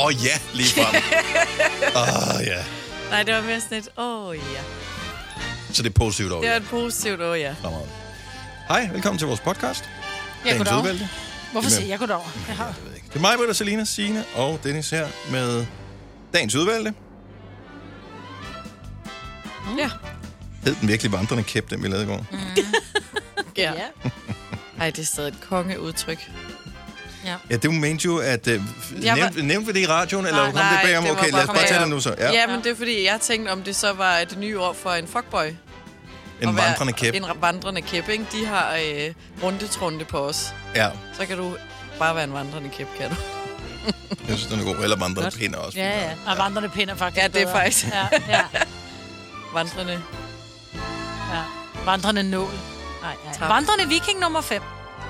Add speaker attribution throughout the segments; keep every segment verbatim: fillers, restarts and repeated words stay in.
Speaker 1: oh, ja, lige frem. Åh, oh, ja.
Speaker 2: Nej, det var mere sådan et, åh oh, ja.
Speaker 1: Så det er positivt over.
Speaker 2: Det var et positivt åh oh, ja.
Speaker 1: Hej, velkommen til vores podcast.
Speaker 3: Ja, goddag. Hvorfor siger jeg goddag? Jeg har...
Speaker 1: Det, det er mig, Britta, Selina, Signe og Dennis her med dagens udvalgte.
Speaker 2: Mm. Ja.
Speaker 1: Hed den virkelig vandrende kæp, den vi lavede i går? Mm.
Speaker 2: Ja. Ej, det er stadig et kongeudtryk.
Speaker 3: Ja.
Speaker 1: Ja, det mente jo, at... Uh,
Speaker 2: var...
Speaker 1: nævnte, nævnte vi det i radioen,
Speaker 2: nej,
Speaker 1: eller kom det bagom? Okay, lad os bare tage det nu så.
Speaker 2: Ja. ja, men det er fordi, jeg tænkte, om det så var et nye ord for en fuckboy.
Speaker 1: En vandrende kæp.
Speaker 2: En vandrende kæp, ikke? De har øh, rundetrunde på os.
Speaker 1: Ja.
Speaker 2: Så kan du bare være en vandrende kæp, kan du?
Speaker 1: Jeg synes, den er god. Eller vandrende pinder også.
Speaker 3: Ja, ja. Og vandrende pinder faktisk.
Speaker 2: Ja, det er bedre. Faktisk.
Speaker 3: Ja, ja.
Speaker 2: Vandrende.
Speaker 3: Ja. Vandrende nål. Nej, ja. Vandrende viking nummer fem.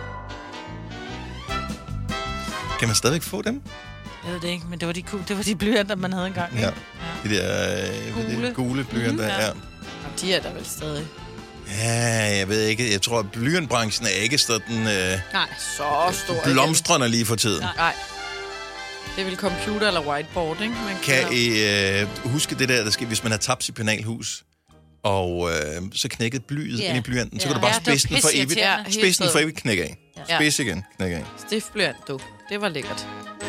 Speaker 1: Kan man stadigvæk få dem?
Speaker 3: Jeg ved det ikke, men det var de, det var de blyanter, man havde engang.
Speaker 1: Ja. ja. De der øh, gule, det, gule blyanter, mm, ja. ja.
Speaker 2: De er der vel stadig.
Speaker 1: Ja, jeg ved ikke. Jeg tror, at blyantbranchen er ikke sådan... Øh,
Speaker 2: Nej, så stor.
Speaker 1: Blomstrende lige for tiden.
Speaker 2: Nej. Det er vel computer eller whiteboard, ikke? Man
Speaker 1: kan kan I øh, huske det der, der sker, hvis man har tabt sit penalhus, og øh, så knækket blyet yeah. ind i blyanten, yeah. så kan du bare ja, spidse den for evigt. Ja, spidse den for evigt, knække af. Ja. Spids igen, knække af.
Speaker 2: Stiftblyant, du. Det var lækkert.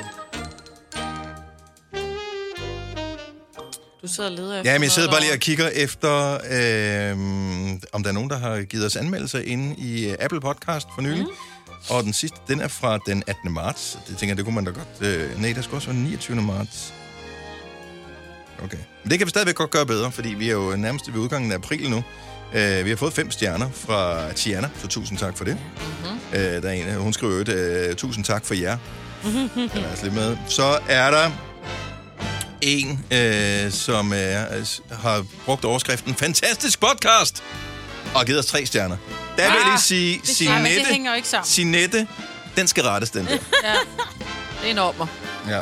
Speaker 2: Du sidder og leder efter.
Speaker 1: Ja, men jeg sidder bare lige og kigger efter, øh, om der er nogen, der har givet os anmeldelser inde i Apple Podcast for nylig. Mm. Og den sidste, den er fra den attende marts. Det tænker jeg, det kunne man da godt... Øh, nej, der skulle også være den niogtyvende marts. Okay. Men det kan vi stadigvæk godt gøre bedre, fordi vi er jo nærmest ved udgangen af april nu. Uh, vi har fået fem stjerner fra Tiana, så tusind tak for det. Mm-hmm. Uh, der er en, hun skriver jo uh, tusind tak for jer. Den er altså lidt med. Så er der en, uh, som uh, har brugt overskriften Fantastisk podcast! Og givet os tre stjerner. Der vil jeg lige sige, Sinette,
Speaker 3: det hænger ikke sammen.
Speaker 1: Sinette, den skal rettes, den der.
Speaker 2: Ja, det er en ommer.
Speaker 1: Ja.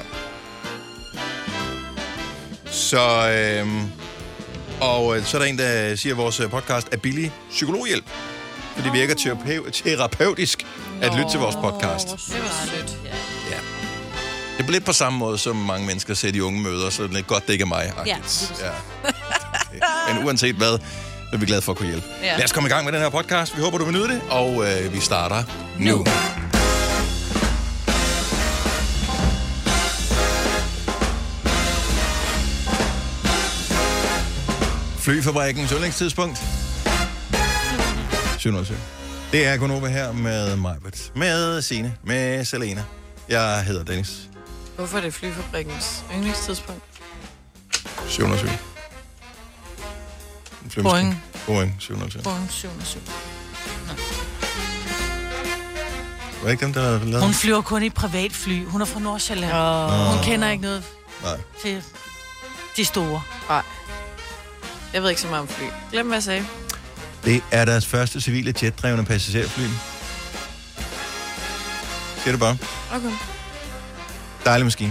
Speaker 1: Så, øhm, og så er der en, der siger, at vores podcast er billig psykologhjælp. For det virker terape- terapeutisk at lytte til vores podcast.
Speaker 2: Det var sødt. Ja.
Speaker 1: Ja. Det bliver lidt på samme måde, som mange mennesker ser de unge møder, så det er lidt godt, det ikke er mig.
Speaker 3: Ja.
Speaker 1: Ja. Men uanset hvad, er vi glade for at kunne hjælpe. Ja. Lad os komme i gang med den her podcast. Vi håber, du vil nyde det, og øh, vi starter nu. nu. Flyfabrikkens yndlingstidspunkt. syv nul syv. Det er Gunova her med Majbert, med Signe, med Selena. Jeg hedder Dennis.
Speaker 2: Hvorfor er det Flyfabrikkens yndlingstidspunkt?
Speaker 1: syv nul syv.
Speaker 3: Boeing.
Speaker 1: Boeing syv nul syv.
Speaker 3: Boeing syv nul syv.
Speaker 1: Var det ikke dem, der lavede?
Speaker 3: Hun flyver kun i privatfly. Hun er fra Nordsjælland.
Speaker 2: Oh.
Speaker 3: Hun kender ikke noget
Speaker 1: Nej.
Speaker 3: til de store.
Speaker 2: Nej. Jeg ved ikke så meget om fly. Glem, hvad jeg sagde.
Speaker 1: Det er deres første civile jetdrevne passagerfly. Siger det bare.
Speaker 2: Okay.
Speaker 1: Dejlig maskine.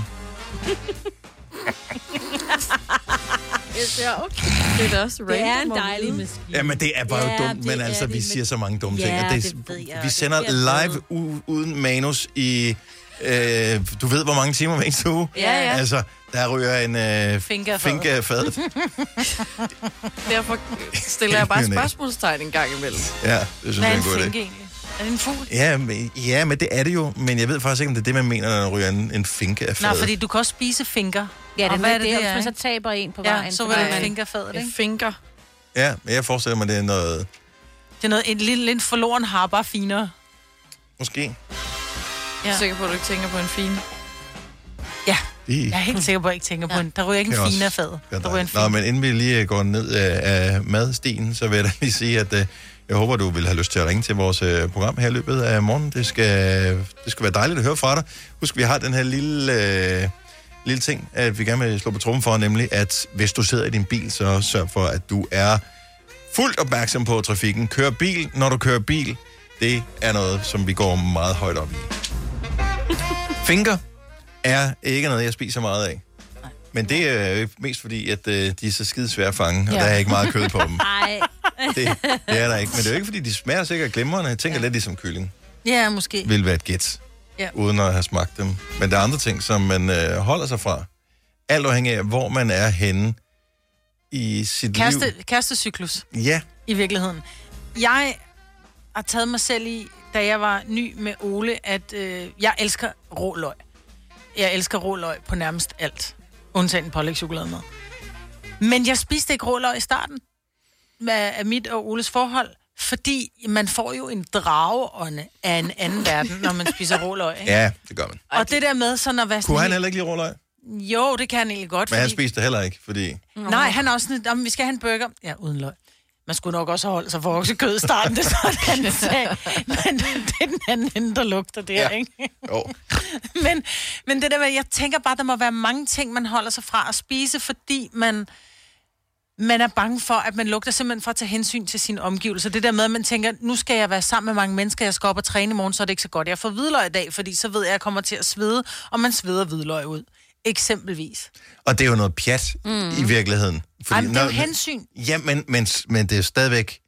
Speaker 2: Det er det er også
Speaker 4: det er en dejlig maskine.
Speaker 1: Jamen, det er bare
Speaker 4: ja,
Speaker 1: jo dumt, men altså, vi siger så mange dumme
Speaker 4: ja,
Speaker 1: ting. Og det,
Speaker 4: det ved jeg,
Speaker 1: vi sender
Speaker 4: det
Speaker 1: live u- uden manus i... Øh, du ved, hvor mange timer hver eneste uge?
Speaker 2: Ja, ja.
Speaker 1: Altså, der ryger en øh, finke af fadet.
Speaker 2: Derfor stiller jeg bare spørgsmålstegn en gang imellem.
Speaker 1: Ja, det synes jeg er en god idé.
Speaker 3: Hvad er en finke egentlig? Er det en fugl?
Speaker 1: Ja men, ja, men det er det jo. Men jeg ved faktisk ikke, om det er det, man mener, når der ryger en, en finke af fadet.
Speaker 3: Nej, fordi du kan også spise finker.
Speaker 4: Ja, det,
Speaker 3: og hvad er det,
Speaker 4: det,
Speaker 3: det er,
Speaker 4: hvis man så taber en på
Speaker 3: ja,
Speaker 4: vejen.
Speaker 3: så vil det en finkerfadet, ikke?
Speaker 2: En finker.
Speaker 1: Ja, men jeg forestiller mig, det er noget...
Speaker 3: Det er noget, en lille, lidt forloren har, bare finere.
Speaker 1: Måske.
Speaker 2: Ja. Jeg er sikker på, at du ikke tænker på en fin.
Speaker 3: Ja,
Speaker 1: I.
Speaker 3: jeg er helt sikker på, at jeg ikke tænker ja. på en. Der ryger ikke en fin af fadet. Der ryger en fin.
Speaker 1: Nå, men inden vi lige går ned af madstien, så vil jeg da lige sige, at uh, jeg håber, du vil have lyst til at ringe til vores uh, program her i løbet af morgenen. Det skal, det skal være dejligt at høre fra dig. Husk, vi har den her lille... Uh, lille ting, at vi gerne vil slå på trommen for, nemlig at hvis du sidder i din bil, så sørg for, at du er fuldt opmærksom på trafikken. Kør bil, når du kører bil. Det er noget, som vi går meget højt op i. Finker er ikke noget, jeg spiser meget af. Nej. Men det er jo mest fordi, at øh, de er så skide svære at fange, og ja. Der er ikke meget kød på dem.
Speaker 4: Nej.
Speaker 1: det, det er der ikke. Men det er jo ikke, fordi de smager sikkert glimrende. Jeg tænker ja. lidt ligesom kylling.
Speaker 3: Ja, måske.
Speaker 1: Vil være et gæt. ja. uden at have smagt dem. Men der er andre ting, som man øh, holder sig fra. Alt afhængig af, hvor man er henne i sit
Speaker 3: Kæreste,
Speaker 1: liv.
Speaker 3: Kærestecyklus.
Speaker 1: Ja.
Speaker 3: I virkeligheden. Jeg har taget mig selv i, da jeg var ny med Ole, at øh, jeg elsker rå løg. Jeg elsker rå løg på nærmest alt. Undtagen pålægtschokolade med. Men jeg spiste ikke rå løg i starten af, af mit og Oles forhold, fordi man får jo en drageånde af en anden verden, når man spiser rå løg, ikke?
Speaker 1: Ja, det gør man.
Speaker 3: Og det der med sådan at være sådan...
Speaker 1: Kunne han heller ikke lide rå løg?
Speaker 3: Jo, det kan han egentlig godt.
Speaker 1: Men fordi... han spiste det heller ikke, fordi...
Speaker 3: Nej, han er også sådan, om vi skal have en burger. Ja, uden løg. Man skulle nok også holde sig for oksekød i starten, det er sådan, han sagde. Men det er den anden ende, der lugter der, ja. Ikke?
Speaker 1: Jo.
Speaker 3: men, men det der med, jeg tænker bare, der må være mange ting, man holder sig fra at spise, fordi man, man er bange for, at man lugter simpelthen for at tage hensyn til sine omgivelser. Det der med, at man tænker, nu skal jeg være sammen med mange mennesker, jeg skal op og træne i morgen, så er det ikke så godt. Jeg får hvidløg i dag, fordi så ved jeg, at jeg kommer til at svede, og man sveder hvidløg ud. Eksempelvis.
Speaker 1: Og det er jo noget pjat mm. i virkeligheden.
Speaker 3: Fordi, Ej, det er jo hensyn.
Speaker 1: Ja, men, men, men det er stadigvæk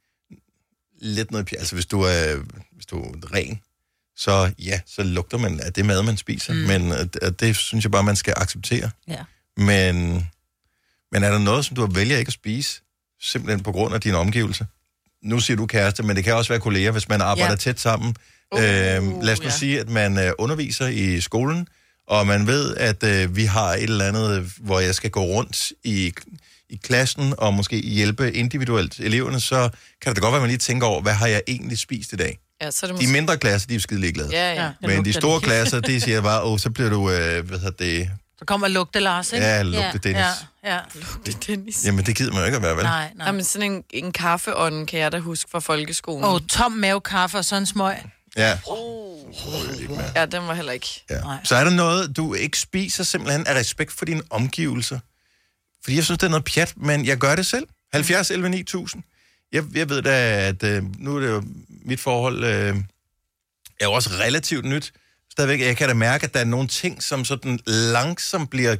Speaker 1: lidt noget pjat. Altså, hvis du er, hvis du er ren, så ja, så lugter man af det mad, man spiser. Mm. Men at det synes jeg bare, man skal acceptere.
Speaker 3: Ja.
Speaker 1: Men, men er der noget, som du vælger ikke at spise, simpelthen på grund af dine omgivelser? Nu siger du kæreste, men det kan også være kolleger, hvis man arbejder ja. tæt sammen. Uh, øh, lad os nu ja. sige, at man øh, underviser i skolen, og man ved, at øh, vi har et eller andet, hvor jeg skal gå rundt i, i klassen og måske hjælpe individuelt eleverne, så kan det da godt være, at man lige tænker over, hvad har jeg egentlig spist i dag?
Speaker 2: Ja, så er det
Speaker 1: måske... De mindre klasser, de er jo skide ligeglade.
Speaker 2: Ja, ja.
Speaker 1: Men de store klasser, de siger bare, åh, så bliver du, øh, hvad hedder det...
Speaker 3: Så kommer lugte Lars, ikke?
Speaker 1: Ja, lugte Dennis.
Speaker 3: Ja, ja. Lugte
Speaker 2: Dennis.
Speaker 1: Jamen, det gider man jo ikke at være, vel?
Speaker 3: Nej, nej.
Speaker 2: Jamen, sådan en, en kaffeånden kan jeg da huske fra folkeskolen.
Speaker 3: Åh, oh, tom mavekaffe og sådan en smøg.
Speaker 1: Ja.
Speaker 2: Oh. Ja, den var heller ikke.
Speaker 1: Ja. Så er der noget, du ikke spiser simpelthen af respekt for dine omgivelser? Fordi jeg synes, det er noget pjat, men jeg gør det selv. halvfjerds elleve ni tusind. Jeg, jeg ved da, at øh, nu er det jo mit forhold øh, er jo også relativt nyt. Stadigvæk, jeg kan da mærke, at der er nogle ting, som sådan langsomt bliver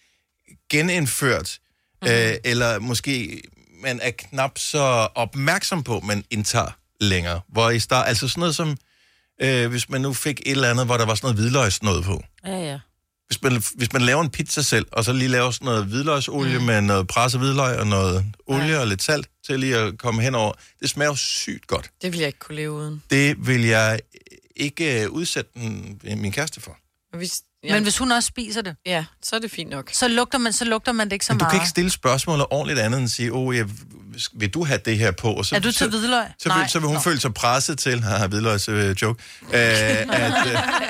Speaker 1: genindført, mm-hmm. øh, eller måske man er knap så opmærksom på, man indtager længere. Hvor i start, altså sådan noget som, øh, hvis man nu fik et eller andet, hvor der var sådan noget hvidløgsnød på.
Speaker 3: Ja, ja.
Speaker 1: Hvis man, hvis man laver en pizza selv, og så lige laver sådan noget hvidløgsolie mm. med noget presset hvidløg og noget olie ja. og lidt salt til lige at komme henover. Det smager jo sygt godt.
Speaker 2: Det vil jeg ikke kunne leve uden.
Speaker 1: Det vil jeg ikke udsætte min kæreste for.
Speaker 2: Hvis, ja.
Speaker 3: Men hvis hun også spiser det,
Speaker 2: ja, så er det fint nok.
Speaker 3: Så lugter man, så lugter man det ikke så
Speaker 1: Men
Speaker 3: meget.
Speaker 1: du kan ikke stille spørgsmålet ordentligt andet end at sige, åh, jeg, vil du have det her på? Og så,
Speaker 3: er du til hvidløg?
Speaker 1: Så, så, vil, så vil hun Nå. føle sig presset til, haha, hvidløgs uh, joke, uh, at, uh,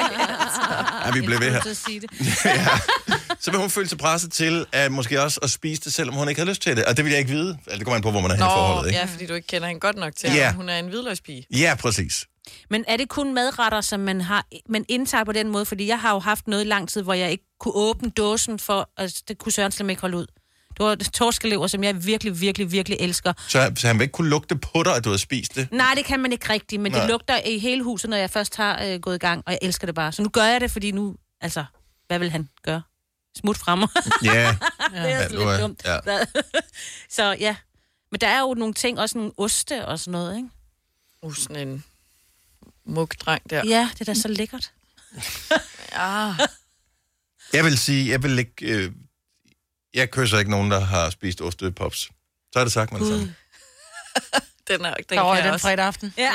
Speaker 1: at vi bliver ved her. ja. Så vil hun føle sig presset til, at måske også at spise det, selvom hun ikke har lyst til det. Og det vil jeg ikke vide. Altså, det kommer an på, hvor man er henne i forholdet, ikke?
Speaker 2: Ja, fordi du ikke kender hende godt nok til,
Speaker 1: ja.
Speaker 2: at hun er en hvidløgspige.
Speaker 1: Ja, præcis.
Speaker 4: Men er det kun madretter, som man har, man indtager på den måde? Fordi jeg har jo haft noget i lang tid, hvor jeg ikke kunne åbne dåsen for, altså det kunne Søren slet ikke holde ud. Det var torskelever, som jeg virkelig, virkelig, virkelig elsker.
Speaker 1: Så, så han vil ikke kunne lugte på dig, at du har spist det?
Speaker 4: Nej, det kan man ikke rigtigt, men Nej. det lugter i hele huset, når jeg først har øh, gået i gang, og jeg elsker det bare. Så nu gør jeg det, fordi nu, altså, hvad vil han gøre? Smut frem mig.
Speaker 1: Ja.
Speaker 4: det er altså ja, lidt dumt. Ja. Så ja, men der er jo nogle ting, også nogle oste og sådan noget, ikke?
Speaker 2: Uh, sådan en mugdreng der.
Speaker 4: Ja, det er da så lækkert.
Speaker 2: ja.
Speaker 1: Jeg vil sige, jeg vil ikke... Øh, jeg kysser ikke nogen, der har spist ostepops. Så er det sagt, man uh. sådan.
Speaker 2: den er, den
Speaker 3: der var
Speaker 2: den
Speaker 3: også. Fredag aften.
Speaker 2: Ja.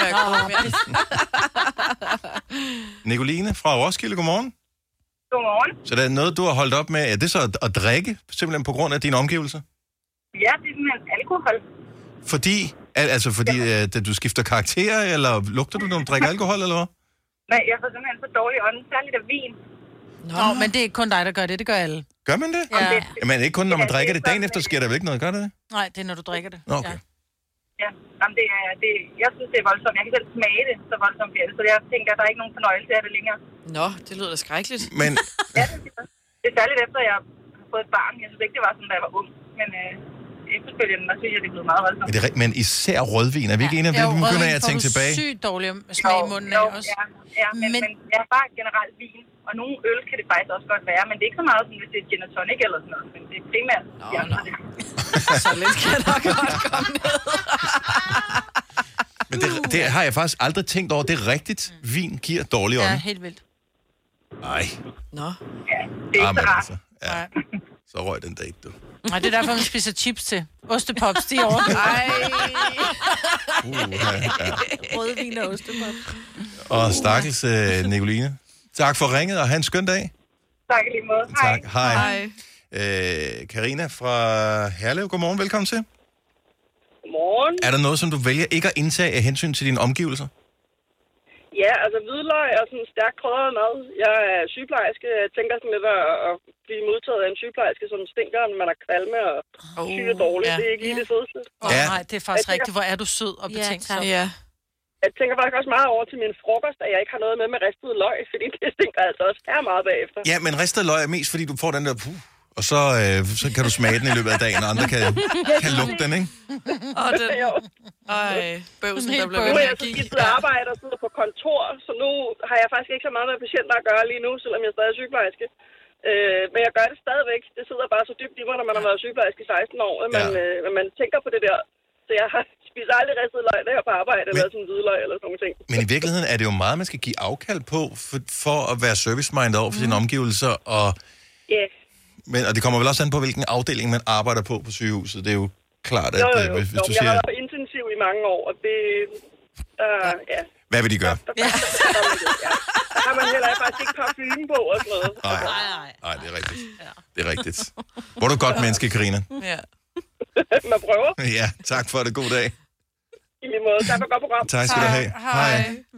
Speaker 1: Nicoline fra Roskilde, godmorgen.
Speaker 5: Godmorgen.
Speaker 1: Så der er noget, du har holdt op med. Er det så at, at drikke, simpelthen på grund af dine omgivelser?
Speaker 5: Ja, det er simpelthen alkohol.
Speaker 1: Fordi, al- altså fordi ja. at du skifter karakter, eller lugter du, når du drikker alkohol, eller hvad?
Speaker 5: Nej, jeg får simpelthen så dårlig ånd, særligt af vin.
Speaker 3: Nå, Nå, men det er ikke kun dig, der gør det. Det gør alle.
Speaker 1: Gør man det?
Speaker 3: Ja.
Speaker 1: Jamen ikke kun, når man ja, drikker det. Dagen efter sker der vel ikke noget, gør det?
Speaker 3: Nej, det er, når du drikker det.
Speaker 1: Okay.
Speaker 5: Ja, ja. Jamen, det er, det, jeg synes, det er voldsomt. Jeg kan selv smage det, så voldsomt bliver det. Så jeg tænker, at der er ikke nogen fornøjelse af det længere.
Speaker 2: Nå, det lyder da skrækkeligt.
Speaker 1: Men...
Speaker 5: ja, det er, det er særligt efter, at jeg har fået et barn. Jeg synes ikke, det var sådan, da jeg var ung. Men øh, efterfølgende, der synes jeg, det er blevet meget voldsomt.
Speaker 1: Men, det er, men især rødvin. Er vi ikke ja. enige om det? Nu begynder jeg at tænke tilbage.
Speaker 3: Sygt dårlig smag i munden af også.
Speaker 5: Ja, ja men, men, men jeg er bare generelt vin. Og nogle øl kan det faktisk også godt være, men det er ikke så meget, som hvis det er gin og tonic eller sådan noget. Men det er primært...
Speaker 2: Nå, ja, nå. Så lidt kan der godt komme ned.
Speaker 1: Men det, det har jeg faktisk aldrig tænkt over. Det er rigtigt. Vin giver dårlig ånd.
Speaker 3: Ja, helt vildt.
Speaker 1: Ej.
Speaker 2: Nå.
Speaker 5: Ja, det er ikke
Speaker 1: Ah, men
Speaker 5: så rart.
Speaker 1: altså, ja. Så røg den date, du.
Speaker 3: Nej, det er derfor, man spiser chips til. Ostepops, de er over.
Speaker 2: Ej.
Speaker 1: Uh, ja, ja.
Speaker 4: Rødvin og ostepop.
Speaker 1: Og stakkels uh, Nicoline. Tak for ringet, og have en skøn dag.
Speaker 5: Tak i lige måde. Hej.
Speaker 1: Tak. Hej.
Speaker 2: Hej.
Speaker 1: Øh, Carina fra Herlev, godmorgen. Velkommen til.
Speaker 5: Godmorgen.
Speaker 1: Er der noget, som du vælger ikke at indtage af hensyn til dine omgivelser?
Speaker 5: Ja, altså hvidløg er sådan stærkt krydret mad. Jeg er sygeplejerske. Jeg tænker sådan lidt at, at blive modtaget af en sygeplejerske, som stinker, når man er kvalme og
Speaker 2: Oh,
Speaker 5: syge dårligt.
Speaker 2: ja.
Speaker 5: Det er ikke lige det fedeste.
Speaker 3: Åh, oh,
Speaker 1: Ja.
Speaker 3: nej, det er faktisk
Speaker 5: Jeg tænker-
Speaker 3: rigtigt. Hvor er du sød og
Speaker 4: Ja,
Speaker 3: betænksom.
Speaker 4: tak.
Speaker 2: Ja.
Speaker 5: Jeg tænker faktisk også meget over til min frokost, at jeg ikke har noget med med ristet løg, fordi det stinker altså også her meget bagefter.
Speaker 1: Ja, men ristet løg er mest, fordi du får den der... Puh, og så, øh, så kan du smage den i løbet af dagen, og andre kan, kan lugte den, ikke?
Speaker 2: Og den...
Speaker 5: Jo.
Speaker 2: Ej, bøvsen, der blev
Speaker 5: Nu
Speaker 2: ved
Speaker 5: er
Speaker 2: med
Speaker 5: jeg
Speaker 2: at
Speaker 5: så
Speaker 2: give.
Speaker 5: skiftet arbejde og sidder på kontor, så nu har jeg faktisk ikke så meget med patienter at gøre lige nu, selvom jeg stadig er sygeplejerske. Øh, men jeg gør det stadigvæk. Det sidder bare så dybt i mig, når man har været sygeplejerske i seksten år, at man,
Speaker 1: Ja.
Speaker 5: øh, man tænker på det der. Så jeg har spist aldrig ristet løg, der jeg er på arbejde, eller sådan hvidløg eller sådan nogle ting.
Speaker 1: Men i virkeligheden er det jo meget, man skal give afkald på, for, for at være service-minded over for sine omgivelser. Og,
Speaker 5: Ja,
Speaker 1: men, og det kommer vel også an på, hvilken afdeling man arbejder på på sygehuset. Det er jo klart, at
Speaker 5: jo, jo,
Speaker 1: øh,
Speaker 5: jo.
Speaker 1: hvis, hvis
Speaker 5: jo
Speaker 1: du
Speaker 5: jeg
Speaker 1: siger...
Speaker 5: har været på intensiv i mange år, og det... Uh, ja.
Speaker 1: Hvad vil de gøre?
Speaker 5: Der, der, der, der, der, der har man heller faktisk ikke parfume på og sådan noget.
Speaker 1: Nej,
Speaker 4: Nej, nej.
Speaker 1: nej, det er rigtigt. Det er rigtigt. Hvor er du godt menneske, Carina.
Speaker 2: Ja.
Speaker 5: Man prøver.
Speaker 1: Ja, tak for det. God dag.
Speaker 5: I lige måde. Tak for et godt program.
Speaker 1: Tak skal du have.
Speaker 2: Hej.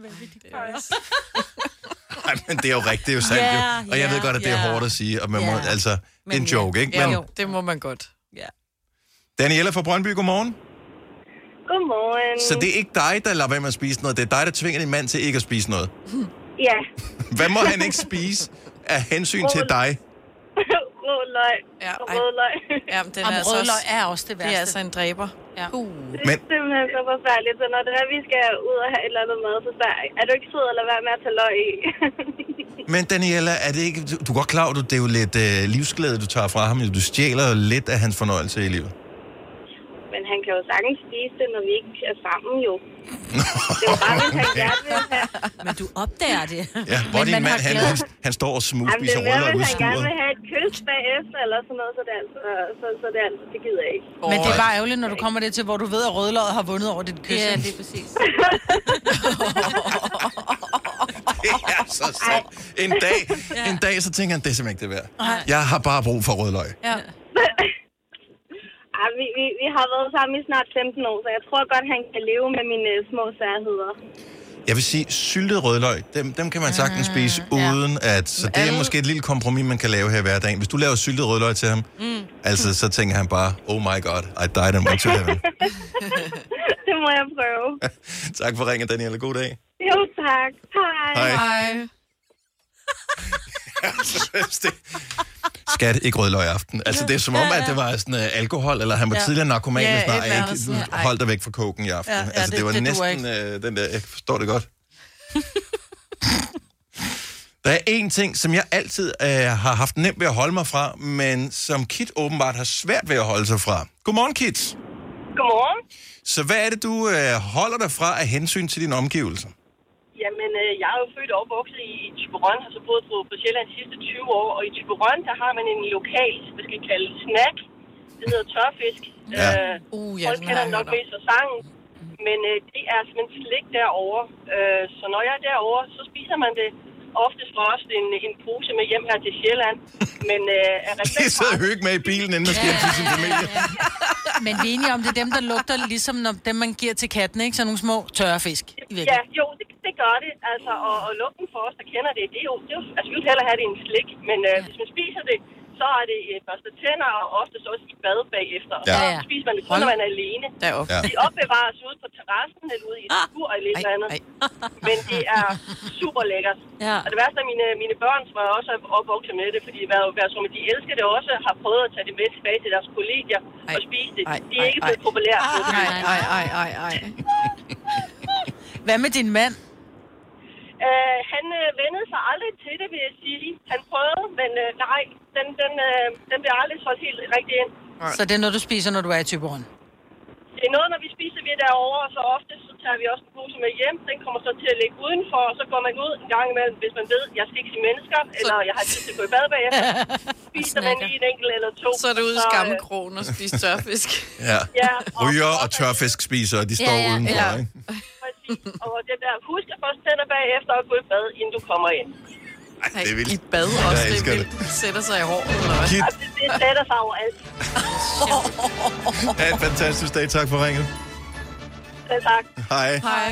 Speaker 1: Nej, men det er jo rigtigt, det er jo sandt.
Speaker 4: Ja,
Speaker 1: jo. Og jeg ved
Speaker 4: ja,
Speaker 1: godt, at det er
Speaker 4: ja.
Speaker 1: hårdt at sige, og man må,
Speaker 4: Ja.
Speaker 1: altså, det er en
Speaker 4: Men ja.
Speaker 1: joke, ikke?
Speaker 2: Ja,
Speaker 1: Men
Speaker 2: jo, det må man godt.
Speaker 4: Ja.
Speaker 1: Daniela fra Brøndby, godmorgen.
Speaker 5: Godmorgen.
Speaker 1: Så det er ikke dig, der lader være med at spise noget, det er dig, der tvinger din mand til ikke at spise noget.
Speaker 5: Ja.
Speaker 1: Hvad må han ikke spise af hensyn til dig?
Speaker 5: Rød løg.
Speaker 2: Ja,
Speaker 5: Og
Speaker 2: ej.
Speaker 5: rød løg.
Speaker 2: Ja, men den er
Speaker 3: Om
Speaker 2: altså
Speaker 3: rødløg
Speaker 2: også,
Speaker 3: er også det
Speaker 2: det
Speaker 3: værste.
Speaker 2: er altså en dræber.
Speaker 3: Ja.
Speaker 2: Uh.
Speaker 1: Men,
Speaker 5: Det er simpelthen så forfærdeligt, så når det er, vi skal ud og have et eller andet mad, så er, er du ikke sød at lade være med at tage løg i?
Speaker 1: men Daniela, er det ikke, du, du er godt klar over, at det er jo lidt øh, livsglæde, du tager fra ham. Du stjæler jo lidt af hans fornøjelse i livet.
Speaker 5: Men han kan jo sagtens spise det, når vi ikke er sammen, jo. Det er jo bare, hvis han gerne vil have.
Speaker 4: Men du opdager det.
Speaker 1: Ja, hvor er din
Speaker 3: man
Speaker 1: mand,
Speaker 3: har
Speaker 1: han,
Speaker 3: glædet-
Speaker 1: han, han står og
Speaker 5: Jamen, det
Speaker 1: smugspiser
Speaker 5: er mere,
Speaker 1: rødløg ud
Speaker 5: hvis
Speaker 1: i
Speaker 5: han gerne
Speaker 1: skuret.
Speaker 5: vil have et kys bagefter, eller sådan noget, så det er altså, så, så det er altså, det gider jeg ikke.
Speaker 3: Men det er bare ærgerligt, når du kommer det til, hvor du ved, at rødløget har vundet over dit kys.
Speaker 4: Ja, det er præcis.
Speaker 1: Det er så sandt. En dag, en dag, så tænker han, det er simpelthen ikke det værd. Jeg har bare brug for rødløg.
Speaker 3: Ja.
Speaker 5: Ej, vi, vi, vi har været sammen i snart femten år, så jeg tror godt, han kan leve med mine øh, små særheder.
Speaker 1: Jeg vil sige, syltet rødløg, dem, dem kan man sagtens spise uden at... Så det er
Speaker 2: alle-
Speaker 1: måske et lille kompromis, man kan lave her hver dag. Hvis du laver syltet rødløg til ham, mm. altså så tænker han bare, oh my god, I died and went to heaven.
Speaker 5: Det må jeg prøve.
Speaker 1: Tak for ringen, Daniela. God dag.
Speaker 5: Jo, tak. Hej.
Speaker 1: Hej.
Speaker 2: Hej.
Speaker 1: Skat, ikke rødløg i aften. Altså, det er som om, at det var sådan uh, alkohol, eller han var
Speaker 3: Ja.
Speaker 1: tidligere narkoman,
Speaker 3: Ja,
Speaker 1: ja,
Speaker 3: et
Speaker 1: snart,
Speaker 3: eller andet
Speaker 1: ikke?
Speaker 3: sådan. Ej.
Speaker 1: Hold dig væk fra koken i aften.
Speaker 3: Ja, ja,
Speaker 1: altså, det,
Speaker 3: det-
Speaker 1: var
Speaker 3: det duer
Speaker 1: næsten uh, den der, jeg forstår det godt. Der er en ting, som jeg altid uh, har haft nemt ved at holde mig fra, men som Kit åbenbart har svært ved at holde sig fra. Godmorgen, Kit.
Speaker 5: Godmorgen.
Speaker 1: Så hvad er det, du uh, holder dig fra af hensyn til dine omgivelser?
Speaker 5: Jamen, øh, jeg er jo født og opvokset i Thyborøn, har så boet på, på Sjælland de sidste tyve år, og i Thyborøn, der har man en lokal, hvad skal vi kalde det, snack. Det hedder tørfisk.
Speaker 1: Ja.
Speaker 5: Øh,
Speaker 2: Uh, ja,
Speaker 5: folk
Speaker 2: den har
Speaker 5: kender
Speaker 2: jeg
Speaker 5: den nok
Speaker 2: hørt om.
Speaker 5: mest fra sangen, men øh, det er simpelthen slik derovre. Øh, så når jeg er derovre, så spiser man det oftest for os en, en pose med hjem her til Sjælland. Men øh, er
Speaker 1: Jeg
Speaker 5: respekt for
Speaker 1: sidder og hygge med i bilen, inden man skal hjem til sin familie.
Speaker 3: Men vi er enige om, det er dem, der lugter ligesom når dem, man giver til katten, ikke? Så nogle små tørre fisk. I
Speaker 5: Ja,
Speaker 3: virkeligheden.
Speaker 5: jo, det, det gør det. Altså, og, og lugten for os, der kender det, det er jo, det er jo altså, vi vil hellere have det i en slik, men øh, hvis man spiser det, så er det øh, børste tænder og oftest også i bad bagefter.
Speaker 1: Ja.
Speaker 5: Og
Speaker 3: Ja,
Speaker 5: så
Speaker 3: ja.
Speaker 5: spiser man det kun, når man er alene.
Speaker 2: Derop.
Speaker 1: Ja.
Speaker 5: De opbevares ude på terrassen eller ude i et skur eller et
Speaker 2: Ej,
Speaker 5: eller andet.
Speaker 2: ej.
Speaker 5: Men det er super lækkert.
Speaker 4: Ja.
Speaker 5: Og det værste er, mine, mine børn, som er også opvokset med det, fordi hvad, hvad, som de elsker det også, har prøvet at tage det med tilbage til deres kollegier
Speaker 2: Ej,
Speaker 5: og spise det.
Speaker 2: ej,
Speaker 5: De er
Speaker 2: ej,
Speaker 5: ikke
Speaker 2: ej.
Speaker 5: blevet populære.
Speaker 2: Ej, ej, ej, ej, ej.
Speaker 3: Hvad med din mand?
Speaker 5: Øh, han øh, vendede sig aldrig til det, vil jeg sige. Han prøvede, men øh, nej, den, den, øh, den bliver aldrig solgt helt rigtigt ind.
Speaker 3: Så det er noget, du spiser, når du er i Thyborøn?
Speaker 5: Det er noget, når vi spiser vi er derovre, og så ofte så tager vi også en pose med hjem. Den kommer så til at ligge udenfor, og så går man ud en gang imellem, hvis man ved, jeg skal ikke se mennesker, så... eller jeg har tid til at gå i bad bagefter. Spiser man lige en enkelt eller to.
Speaker 2: Så er det ude i skammekrogen og spise tørfisk.
Speaker 1: Ja.
Speaker 5: Ja,
Speaker 1: Ryger og tørfisk spiser, de står
Speaker 4: ja, ja,
Speaker 1: udenfor,
Speaker 2: ja.
Speaker 1: ikke?
Speaker 5: Præcis. Og det der, husk at først tænder bagefter og gå i bad, inden du kommer ind.
Speaker 1: Ej, det er vildt.
Speaker 2: I bad også,
Speaker 1: Jeg
Speaker 2: det
Speaker 1: elsker
Speaker 2: er vildt. Det sætter sig i håret, eller hvad?
Speaker 1: Kit,
Speaker 5: Det, det sætter sig overalt.
Speaker 1: ha' en fantastisk dag. Tak for ringet.
Speaker 5: Ja, tak.
Speaker 1: Hej.
Speaker 2: Hej.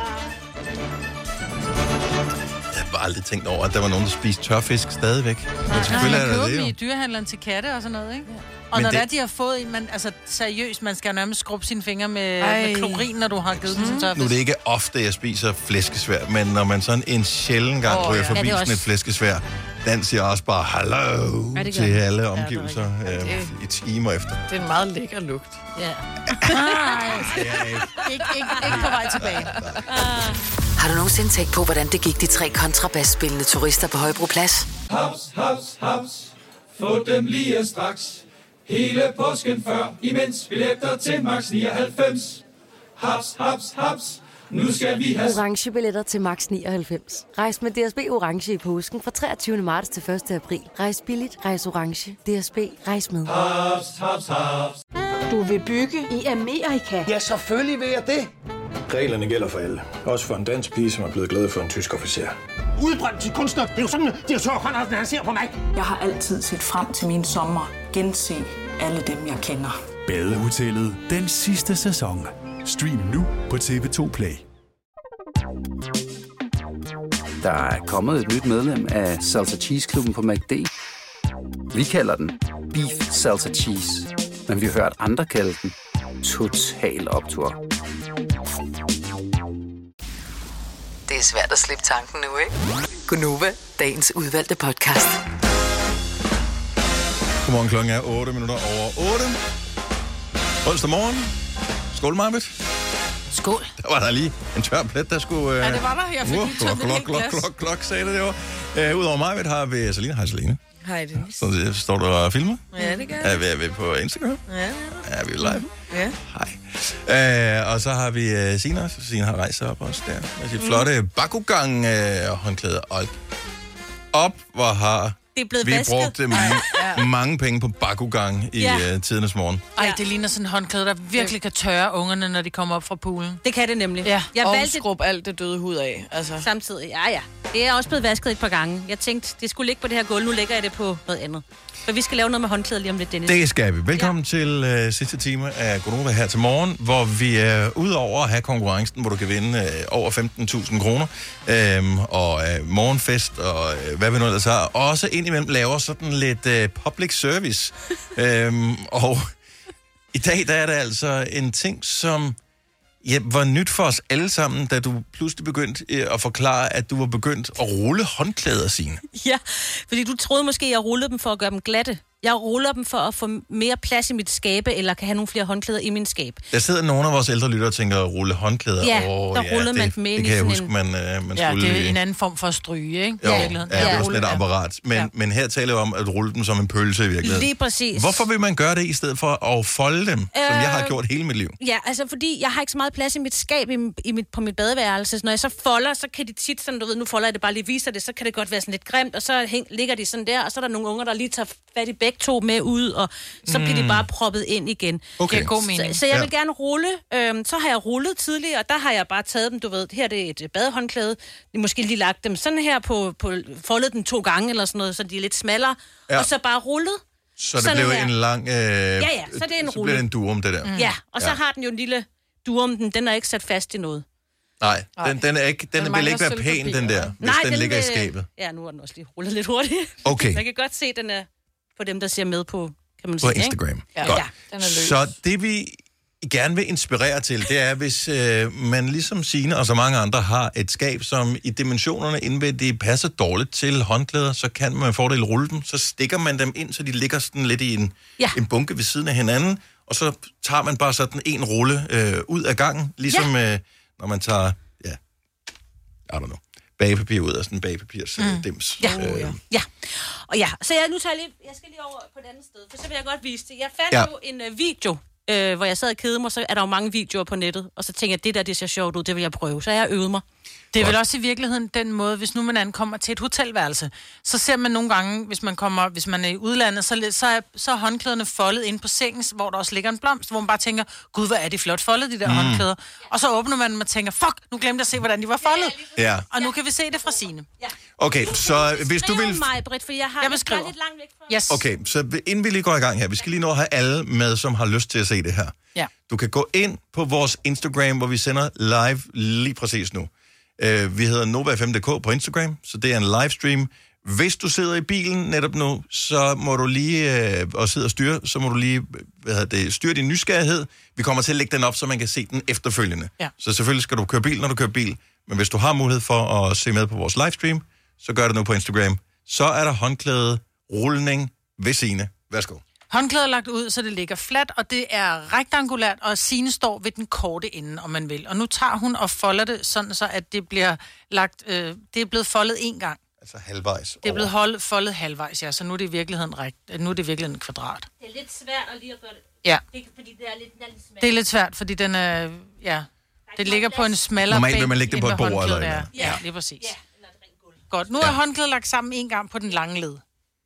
Speaker 1: Jeg har bare aldrig tænkt over, at der var nogen, der spiste tørfisk stadigvæk. Men selvfølgelig
Speaker 3: man
Speaker 1: er der
Speaker 3: køber
Speaker 1: det
Speaker 3: dem
Speaker 1: jo.
Speaker 3: i dyrehandleren til katte og sådan noget, ikke? Og
Speaker 1: Men
Speaker 3: når
Speaker 1: det-
Speaker 3: det... er, de har fået en, man, altså seriøst, man skal nærmest skrubbe sine fingre med,
Speaker 2: Ej.
Speaker 3: med klorin, når du har givet dem sådan tørfisk.
Speaker 1: Nu er det ikke ofte, jeg spiser flæskesvær, men når man sådan en sjælden gang
Speaker 2: Åh,
Speaker 1: ryger
Speaker 2: ja.
Speaker 1: forbi
Speaker 4: Ja, det er
Speaker 1: sådan et
Speaker 4: også-
Speaker 1: flæskesvær, den siger også bare hallo
Speaker 4: Ja, det gør
Speaker 1: til
Speaker 4: den.
Speaker 1: alle
Speaker 3: det er
Speaker 1: omgivelser øh, i timer efter.
Speaker 2: Det er en meget lækker lugt.
Speaker 4: Ja.
Speaker 3: Nej, ikke, ikke, ikke på vej tilbage.
Speaker 6: Har du nogensinde tænkt på, hvordan det gik de tre kontrabasspillende turister på Højbroplads?
Speaker 7: Haps, haps, haps. Få dem lige straks. Hele påsken før, imens billetter til max nioghalvfems. Haps, haps, haps. Nu skal vi have...
Speaker 8: Orange billetter til max nioghalvfems. Rejs med D S B Orange i påsken fra treogtyvende marts til første april. Rejs billigt, rejs orange. D S B, rejs med.
Speaker 7: Haps, haps, haps.
Speaker 9: Du vil bygge i Amerika?
Speaker 10: Ja, selvfølgelig vil jeg det. Reglerne gælder for alle. Også for en dansk pige, som er blevet glad for en tysk officer.
Speaker 9: Udbrændt til kunstner. Det er jo sådan, at direktør Conradsen, han ser på mig. Jeg har altid set frem til min sommer. Gense alle dem, jeg kender.
Speaker 11: Badehotellet den sidste sæson. Stream nu på T V to Play.
Speaker 12: Der er kommet et nyt medlem af Salsa Cheese Klubben på McD. Vi kalder den Beef Salsa Cheese, men vi har hørt andre kalde den Total Optur.
Speaker 6: Det er svært at slippe tanken nu, ikke? Gunova, dagens udvalgte podcast.
Speaker 1: Godmorgen, klokken er otte minutter over otte. Onsdag morgen. Skål, Marvitt.
Speaker 3: Skål.
Speaker 1: Der var der lige en tør plet, der skulle... Øh...
Speaker 3: Ja, det var der. Jeg fik lige tømt et
Speaker 1: klok,
Speaker 3: helt
Speaker 1: klok,
Speaker 3: glas.
Speaker 1: klok, klok, sagde det derovre. Uh, Udover Marvitt har vi Selina. Hej, Selina.
Speaker 2: Hej, Dennis.
Speaker 1: Så det står du og filmer.
Speaker 2: Ja, det gør
Speaker 1: Er vi, er vi på Instagram?
Speaker 2: Ja, det
Speaker 1: Er vi live?
Speaker 2: Ja.
Speaker 1: Hej. Uh, og så har vi uh, Sina. Sina har rejst sig op også der. Med sit flotte Bakugang uh, håndklæde. Og op, hvor har
Speaker 4: Det er blevet
Speaker 1: vi
Speaker 4: vasket.
Speaker 1: brugt uh, ja. mange penge på Bakugang i
Speaker 4: Ja.
Speaker 1: uh, tidernes morgen.
Speaker 3: Ej, det ligner sådan en håndklæde, der virkelig kan tørre ungerne, når de kommer op fra poolen.
Speaker 4: Det kan det nemlig.
Speaker 3: Ja.
Speaker 4: Jeg
Speaker 2: Og
Speaker 4: valgte
Speaker 2: skrub alt det døde hud af. Altså.
Speaker 4: samtidig. Ja, ja. Det er også blevet vasket et par gange. Jeg tænkte, det skulle ligge på det her gulv. Nu lægger jeg det på noget andet. For vi skal lave noget med håndklæder lige om lidt, Dennis.
Speaker 1: Det skal vi. Velkommen ja. til uh, sidste time af Gonova her til morgen, hvor vi er uh, udover at have konkurrencen, hvor du kan vinde uh, over femten tusind kroner, um, og uh, morgenfest, og uh, hvad vi nu ellers har, også indimellem laver sådan lidt uh, public service. um, og i dag, der er der altså en ting, som ja, var nyt for os alle sammen, da du pludselig begyndte uh, at forklare, at du var begyndt at rulle håndklæder, Signe.
Speaker 4: Ja, fordi du troede måske, at jeg rullede dem for at gøre dem glatte. Jeg ruller dem for at få mere plads i mit skabe, eller kan have nogle flere håndklæder i min skab.
Speaker 1: Der sidder nogle af vores ældre lyttere og tænker, at rulle håndklæder.
Speaker 4: Ja,
Speaker 1: oh,
Speaker 4: der rullede man
Speaker 1: det,
Speaker 4: dem ind
Speaker 1: det
Speaker 4: i
Speaker 1: kan jeg
Speaker 4: sådan
Speaker 1: huske,
Speaker 4: en-
Speaker 1: man, øh, man
Speaker 3: Ja,
Speaker 1: skulle...
Speaker 3: det er en anden form for at stryge, ikke?
Speaker 1: Jo,
Speaker 3: I
Speaker 1: ja,
Speaker 3: virkeligheden.
Speaker 1: det er
Speaker 3: Ja.
Speaker 1: sådan lidt apparat. Men,
Speaker 3: Ja.
Speaker 1: men her taler vi om at rulle dem som en pølse i virkeligheden.
Speaker 4: Lige præcis.
Speaker 1: Hvorfor vil man gøre det i stedet for at folde dem, øh... som jeg har
Speaker 4: Øh,
Speaker 1: gjort hele mit liv?
Speaker 4: Ja, altså fordi jeg har ikke så meget plads i mit skab i, i mit, på mit badeværelse. Så når jeg så folder, så kan de tit sådan, du ved, nu folder jeg det bare lige, viser det, så kan det godt være sådan lidt grimt, og så hæng, ligger de sådan der, og så er der nogle unger, der lige tager fat i begge to med ud, og så mm. bliver de bare proppet ind igen.
Speaker 1: Okay.
Speaker 3: Det er god mening.
Speaker 4: Så, så jeg
Speaker 1: Ja.
Speaker 4: vil gerne rulle. Øhm, så har jeg rullet tidligere, og der har jeg bare taget dem, du ved, her er det et badehåndklæde. De måske lige lagt dem sådan her på, på foldet dem to gange eller sådan noget, så de er lidt smallere,
Speaker 1: Ja.
Speaker 4: og så bare rullet.
Speaker 1: Så det
Speaker 4: sådan
Speaker 1: blev
Speaker 4: her.
Speaker 1: en lang... Øh... Ja,
Speaker 4: ja, så det er en
Speaker 1: så
Speaker 4: rulle.
Speaker 1: bliver det en durum, det der. Mm.
Speaker 4: Ja, og så
Speaker 1: Ja.
Speaker 4: har den jo en lille durum, den, den er ikke sat fast i noget.
Speaker 1: Nej, den, den, er ikke, den, den vil
Speaker 2: mangler
Speaker 1: ikke være pæn,
Speaker 2: sølvpapir,
Speaker 1: den der,
Speaker 2: ja.
Speaker 1: hvis den, ligger i
Speaker 4: vil-
Speaker 1: skabet.
Speaker 4: Ja, nu er den også lige rullet lidt hurtigt.
Speaker 1: Okay.
Speaker 4: Jeg kan godt se, den er på dem, der ser med på, kan man
Speaker 1: På
Speaker 4: sige.
Speaker 1: Instagram.
Speaker 4: Ikke?
Speaker 2: Ja.
Speaker 1: Godt.
Speaker 2: Ja, den er løs.
Speaker 1: Så det vi gerne vil inspirere til, det er, hvis øh, man ligesom Signe og så mange andre har et skab, som i dimensionerne indvendigt passer dårligt til håndklæder, så kan man med fordel rulle dem, så stikker man dem ind, så de ligger sådan lidt i en,
Speaker 4: Ja.
Speaker 1: en bunke ved siden af hinanden, og så tager man bare sådan en rulle øh, ud af gangen, ligesom øh, når man tager, ja, I don't know, bagepapir ud af sådan en bagepapirs mm. øh, dims.
Speaker 4: Ja.
Speaker 1: Øh,
Speaker 4: Ja, og ja, så jeg, nu tager jeg lige, jeg skal lige over på et andet sted, for så vil jeg godt vise det. Jeg fandt
Speaker 1: Ja.
Speaker 4: ja. jo en uh, video øh, hvor jeg sad og kedede mig, så er der jo mange videoer på nettet, og så tænker jeg, det der, det ser sjovt ud, det vil jeg prøve. Så jeg har øvet mig.
Speaker 3: Det er vel også i virkeligheden den måde, hvis nu man ankommer til et hotelværelse, så ser man nogle gange, hvis man kommer, hvis man er i udlandet, så, så, er, så er håndklæderne foldet inde på sengen, hvor der også ligger en blomst, hvor man bare tænker, gud, hvor er de flot foldet, de der mm. håndklæder. Og så åbner man dem og tænker, fuck, nu glemte jeg at se, hvordan de var foldet.
Speaker 1: Ja.
Speaker 3: Og nu kan vi se det fra Signe.
Speaker 4: Ja.
Speaker 1: Okay, så hvis du vil...
Speaker 4: mig, Britt, for jeg har
Speaker 3: jeg
Speaker 4: lidt langt væk fra...
Speaker 3: Yes.
Speaker 1: Okay, så inden vi lige går i gang her, vi skal lige nå at have alle med, som har lyst til at se det her.
Speaker 3: Ja.
Speaker 1: Du kan gå ind på vores Instagram, hvor vi sender live lige præcis nu. Uh, vi hedder Nova F M punktum d k på Instagram, så det er en livestream. Hvis du sidder i bilen netop nu, så må du lige, uh, og sidder og styre, så må du lige hvad hedder det, styre din nysgerrighed. Vi kommer til at lægge den op, så man kan se den efterfølgende. Ja. Så selvfølgelig skal du køre bil, når du kører bil. Men hvis du har mulighed for at se med på vores livestream, så gør det nu på Instagram. Så er der håndklæde, rulning ved Signe. Værsgo.
Speaker 3: Håndklædet er lagt ud, så det ligger fladt, og det er rektangulært, og Signe står ved den korte ende, om man vil. Og nu tager hun og folder det sådan, så at det bliver lagt, øh, det er blevet foldet en gang.
Speaker 1: Altså halvvejs over.
Speaker 3: Det er blevet hold, foldet halvvejs, ja, så nu er det i virkeligheden, rigt, nu er det i virkeligheden en kvadrat.
Speaker 4: Det er lidt svært at lige at gøre det.
Speaker 3: Ja.
Speaker 4: Det er, fordi det er lidt, det er lidt svært.
Speaker 3: Det er lidt svært, fordi den er, ja, det ligger på en smallere
Speaker 1: normalt vil man lægge det på et bord eller
Speaker 3: ja, ja, lige præcis. Ja. Godt, nu er ja. håndklædet lagt sammen en gang på den lange led.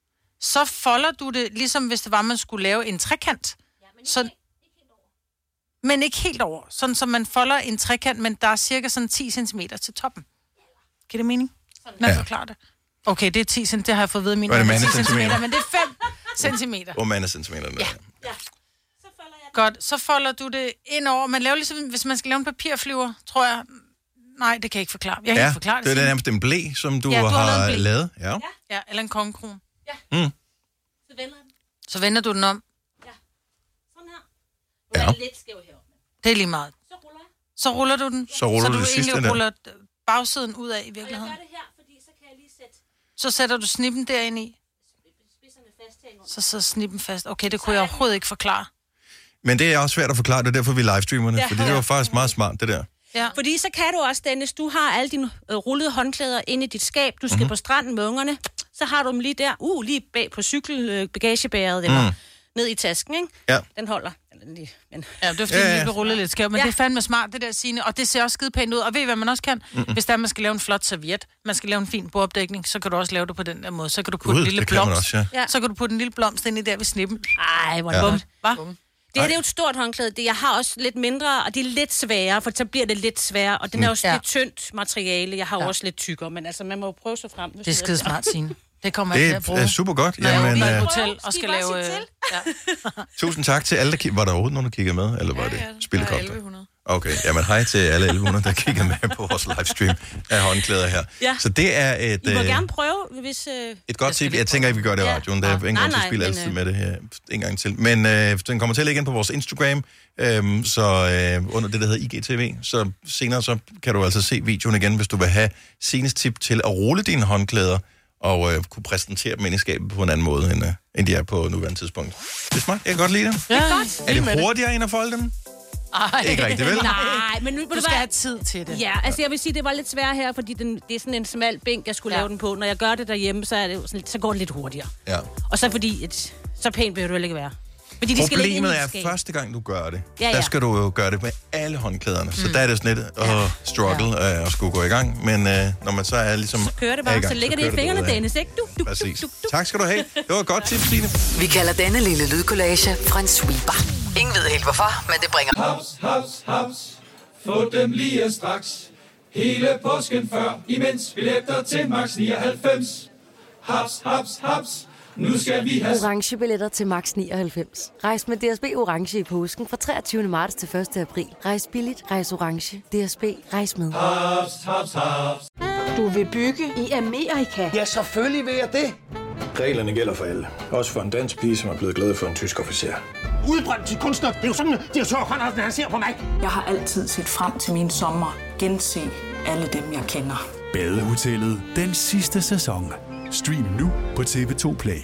Speaker 3: Så folder du det, ligesom hvis det var, man skulle lave en trekant. Ja, men, ikke, så, ikke helt over. Men ikke helt over. Sådan, så man folder en trekant, men der er cirka sådan ti centimeter til toppen. Giver det mening? Når jeg ja. forklarer det. Okay, det er ti centimeter, det har jeg fået ved af min.
Speaker 1: Var det
Speaker 3: ti centimeter, men det er fem centimeter.
Speaker 1: Hvor mange centimeter?
Speaker 3: Ja. ja. Så folder jeg Godt, så folder du det ind over. Man laver ligesom, hvis man skal lave en papirflyver, tror jeg. Nej, det kan jeg ikke forklare. Jeg kan
Speaker 1: ja,
Speaker 3: ikke forklare det.
Speaker 1: Det er nærmest en blæ, som du,
Speaker 3: ja, du har,
Speaker 1: har
Speaker 3: lavet.
Speaker 1: lavet.
Speaker 3: Ja. ja, eller en kongekron.
Speaker 4: Ja.
Speaker 1: Mm.
Speaker 4: Så vender den.
Speaker 3: Så vender du den om.
Speaker 4: Ja. Sådan her. Nu er
Speaker 1: ja.
Speaker 4: det lidt skæv heroppe.
Speaker 3: Det er lige meget.
Speaker 4: Så ruller jeg.
Speaker 3: Så ruller du den.
Speaker 1: Så ruller
Speaker 3: så
Speaker 1: du,
Speaker 3: du
Speaker 1: det sidste
Speaker 3: egentlig
Speaker 1: der.
Speaker 3: ruller bagsiden ud af i virkeligheden.
Speaker 4: Og jeg gør det her, fordi så kan jeg lige sætte...
Speaker 3: Så sætter du snippen derinde i.
Speaker 4: Spidserne fast herinde.
Speaker 3: Så så snippen fast. Okay, det kunne jeg overhovedet ikke forklare.
Speaker 1: Men det er også svært at forklare, det er derfor vi livestreamer det. Ja. Fordi det var faktisk meget smart, det der.
Speaker 4: Ja. Fordi så kan du også, Dennis, du har alle dine øh, rullede håndklæder inde i dit skab, du skal mm-hmm. på stranden med ungerne, så har du dem lige der, uh, lige bag på cykelbagagebæret, eller mm. ned i tasken, ikke?
Speaker 1: Ja.
Speaker 4: Den holder. Lige, men...
Speaker 3: Ja, det er fordi, ja, ja. den lige rullet lidt skæv, men ja. det er fandme smart, det der Signe, og det ser også skide pænt ud, og ved I, hvad man også kan? Mm-hmm. Hvis der man skal lave en flot serviet, man skal lave en fin bordopdækning, så kan du også lave det på den der måde, så kan du putte
Speaker 1: Ud,
Speaker 3: en lille
Speaker 1: kan
Speaker 3: blomst,
Speaker 1: også, ja.
Speaker 3: Ja. så kan du putte en lille blomst ind i der ved snippen.
Speaker 4: Ej, hvor
Speaker 1: ja.
Speaker 4: dumt.
Speaker 3: Hvad?
Speaker 4: Det her det er jo et stort håndklæde. Det, jeg har også lidt mindre, og det er lidt sværere, for så bliver det lidt sværere. Og den er også ja. lidt tyndt materiale. Jeg har ja. også lidt tykkere, men altså, man må jo prøve sig frem.
Speaker 3: Det er skide smart, Signe. Det kommer jeg til at bruge.
Speaker 1: Det er super godt.
Speaker 3: Når jeg
Speaker 1: Jamen,
Speaker 3: er
Speaker 1: øh...
Speaker 3: på hotel og skal lave... Øh... Ja.
Speaker 1: Tusind tak til alle, der kigger. Var der overhovedet nogen, der kiggede med, eller var
Speaker 2: ja,
Speaker 1: det
Speaker 2: ja,
Speaker 1: spilkopter?
Speaker 2: elleve hundrede.
Speaker 1: Okay, jamen hej til alle elleve hundrede, der kigger med på vores livestream af håndklæder her.
Speaker 4: Ja.
Speaker 1: Så det er et...
Speaker 4: I må
Speaker 1: øh...
Speaker 4: gerne prøve, hvis... Øh...
Speaker 1: Et godt tip. Jeg tænker ikke, vi gør det i radioen. Der er ingen grund til at spille altid med det her en gang til. Men øh, den kommer til at ligge ind på vores Instagram, øh, så øh, under det, der hedder I G T V. Så senere så kan du altså se videoen igen, hvis du vil have Sines tip til at rulle dine håndklæder og øh, kunne præsentere dem ind i skabet på en anden måde, end, øh, end de er på nuværende tidspunkt. Det er smart. Jeg kan godt lide dem.
Speaker 3: Ja, det er godt.
Speaker 1: Er det hurtigere end at folde dem?
Speaker 3: Ej.
Speaker 1: Ikke rigtigt, vel?
Speaker 4: Nej, men nu
Speaker 3: du skal have tid til det.
Speaker 4: Ja, altså jeg vil sige, det var lidt svært her, fordi den, det er sådan en smal bænk, jeg skulle ja. lave den på. Når jeg gør det derhjemme, så, er det sådan, så går det lidt hurtigere.
Speaker 1: Ja.
Speaker 4: Og så fordi, et, så pænt behøver du ikke være. Fordi de
Speaker 1: Problemet
Speaker 4: skal
Speaker 1: er,
Speaker 4: skab.
Speaker 1: første gang du gør det,
Speaker 4: ja, ja.
Speaker 1: der skal du jo gøre det med alle håndklæderne. Mm. Så der er det sådan lidt at uh, struggle ja. uh, at skulle gå i gang. Men uh, når man så er ligesom...
Speaker 4: Så kører det bare, gang, så ligger så det i fingrene, Dennis, ikke? Du, du,
Speaker 1: Præcis.
Speaker 4: Du, du.
Speaker 1: Tak skal du have. Det var et godt tip, Stine.
Speaker 6: Vi kalder denne lille lydkollage en sweeper. Ingen ved helt hvorfor, men det bringer...
Speaker 7: Haps, haps, haps. Få dem lige straks. Hele påsken før, imens billetter til max nioghalvfems. Haps, haps, haps. Nu skal vi have...
Speaker 8: Orange billetter til max nioghalvfems. Rejs med D S B Orange i påsken fra treogtyvende marts til første april. Rejs billigt, rejs orange. D S B, rejs med.
Speaker 7: Haps, haps, haps.
Speaker 9: Du vil bygge i Amerika?
Speaker 10: Ja, selvfølgelig vil jeg det. Reglerne gælder for alle. Også for en dansk pige, som er blevet glad for en tysk officer.
Speaker 9: Udbrændt til kunstner. Det er jo sådan, at de har tørt, han ser på mig. Jeg har altid set frem til min sommer. Gense alle dem, jeg kender.
Speaker 11: Badehotellet den sidste sæson. Stream nu på T V to Play.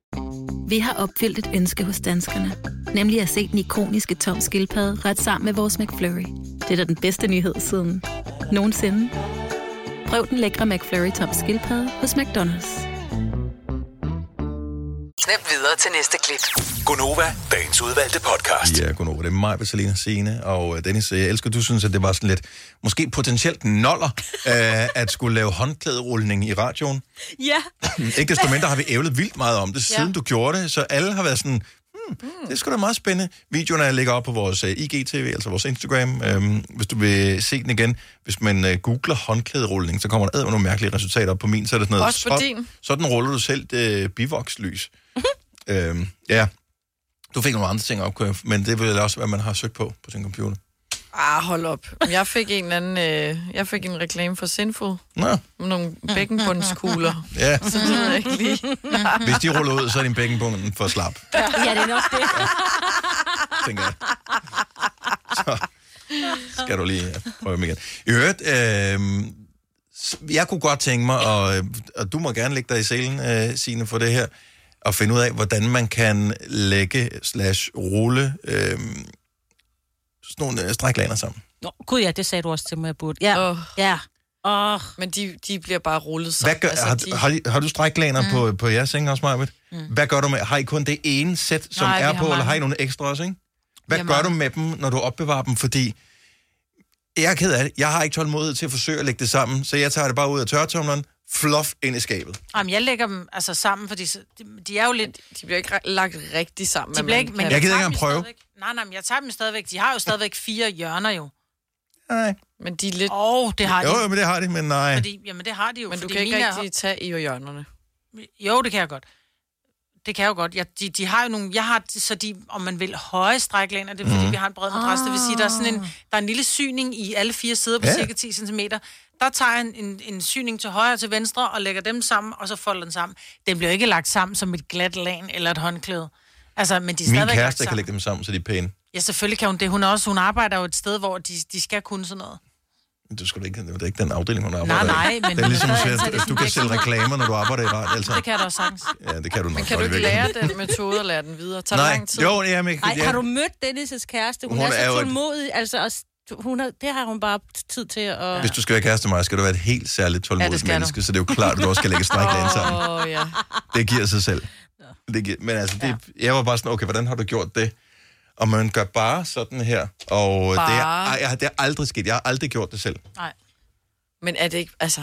Speaker 13: Vi har opfyldt et ønske hos danskerne. Nemlig at se den ikoniske Tom Skildpadde ret sammen med vores McFlurry. Det er da den bedste nyhed siden nogensinde. Prøv den lækre McFlurry Tom Skildpadde hos McDonald's.
Speaker 6: Snap videre til næste klip.
Speaker 14: Gonova, dagens udvalgte podcast.
Speaker 1: Ja, Gonova, det er mig, Bettelina Signe, og Dennis, jeg elsker, du synes, at det var sådan lidt, måske potentielt noller, øh, at skulle lave håndklæderulning i radioen.
Speaker 4: Ja.
Speaker 1: Ikke desto mindre har vi ævlet vildt meget om det, siden ja. du gjorde det, så alle har været sådan, hmm, det er sgu da meget spændende. Videoerne ligger op på vores uh, I G T V, altså vores Instagram, øhm, hvis du vil se den igen. Hvis man uh, googler håndklæderulning, så kommer der nogle mærkelige resultater op på min, så er det sådan noget.
Speaker 2: Også på din.
Speaker 1: Sådan ruller du selv det bivokslys. øhm, ja. Du fik nogle andre ting op, men det vil også være, man har søgt på på sin computer.
Speaker 2: Ah, hold op. Jeg fik en eller anden, øh, jeg fik en reklame for Sinful.
Speaker 1: Nå.
Speaker 2: Nogle bækkenbundskugler.
Speaker 1: Ja.
Speaker 2: Så det ved jeg ikke lige.
Speaker 1: Hvis de ruller ud, så er din bækkenbund for slap.
Speaker 4: Ja, det er nok det.
Speaker 1: Tænker jeg. Så skal du lige prøve dem igen. I øvrigt, øh, jeg kunne godt tænke mig, og, og du må gerne lægge dig i selen, øh, Signe, for det her, og finde ud af, hvordan man kan lægge slash rulle øh, sådan nogle øh, stræklaner sammen.
Speaker 4: Nå, gud ja, det sagde du også til mig, jeg burde. Ja, oh. ja.
Speaker 2: Oh. Men de, de bliver bare rullet sammen.
Speaker 1: Hvad gør,
Speaker 2: altså,
Speaker 1: har,
Speaker 2: de...
Speaker 1: har, har du stræklaner mm. på, på jeres seng også, Marvitt? Mm. Hvad gør du med? Har I kun det ene sæt, som
Speaker 2: Nej,
Speaker 1: er på,
Speaker 2: har
Speaker 1: eller har I nogle ekstra også, ikke? Hvad gør
Speaker 2: mange.
Speaker 1: du med dem, når du opbevarer dem? Fordi jeg er ked af det. Jeg har ikke tålmodighed til at forsøge at lægge det sammen, så jeg tager det bare ud af tørretumleren, fluff ind i skabet.
Speaker 3: Jamen, jeg lægger dem altså sammen, fordi de, de er jo lidt...
Speaker 2: De bliver ikke lagt rigtig sammen.
Speaker 3: De bliver ikke, men
Speaker 1: jeg, jeg gider ikke engang prøve.
Speaker 3: Stadigvæk. Nej, nej, men jeg tager dem stadigvæk. De har jo stadigvæk fire hjørner jo.
Speaker 1: Nej.
Speaker 2: Men de er lidt...
Speaker 3: Åh, oh, det har de.
Speaker 1: Jo, men det har de, men nej.
Speaker 3: Fordi, jamen, det har de jo.
Speaker 2: Men du kan ikke rigtig er... tage i hjørnerne.
Speaker 3: Jo, det kan jeg godt. Det kan jeg jo godt. Jeg, de, de har jo nogle... Jeg har, så de, om man vil, høje stræklæner, det er fordi, mm. vi har en bred madras. Det vil sige, der er sådan en, der er en lille syning i alle fire sider på
Speaker 1: ja.
Speaker 3: cirka ti centimeter. Der tager jeg en, en, en syning til højre og til venstre, og lægger dem sammen, og så folder den sammen. Den bliver ikke lagt sammen som et glat lagen eller et håndklæde. Altså, men de er
Speaker 1: Min kæreste kan lægge dem sammen, så de er pæne.
Speaker 3: Ja, selvfølgelig kan hun det. Hun, er også, hun arbejder jo et sted, hvor de, de skal kunne sådan noget.
Speaker 1: Du skulle ikke, det er ikke den afdeling, hun arbejder
Speaker 3: nej, nej,
Speaker 1: i.
Speaker 3: men...
Speaker 1: Det er ligesom at sige,
Speaker 3: at,
Speaker 1: at du kan sælge reklamer, når du arbejder i radio. Altså.
Speaker 3: Det kan jeg da også sagtens.
Speaker 1: Ja, det kan du nok.
Speaker 2: Men kan du ikke lære den metode og lære den videre? Tager
Speaker 1: nej,
Speaker 2: lang tid?
Speaker 1: Jo, ja, men...
Speaker 4: Ej,
Speaker 1: ja.
Speaker 4: har du mødt Dennis' kæreste? Hun, hun er, er så tålmodig. Altså, og hun har, det har hun bare tid til at...
Speaker 1: Hvis du skal være kæreste med mig, skal du være et helt særligt tålmodigt
Speaker 3: ja,
Speaker 1: menneske, så det er jo klart, at du også skal lægge stræklæn sammen.
Speaker 2: Åh, oh, ja.
Speaker 1: Det giver sig selv. Det giver, men altså, det, jeg var bare sådan, okay, hvordan har du gjort det? Og man gør bare sådan her, og det er, jeg, det er aldrig sket. Jeg har aldrig gjort det selv.
Speaker 3: Nej.
Speaker 2: Men er det ikke, altså,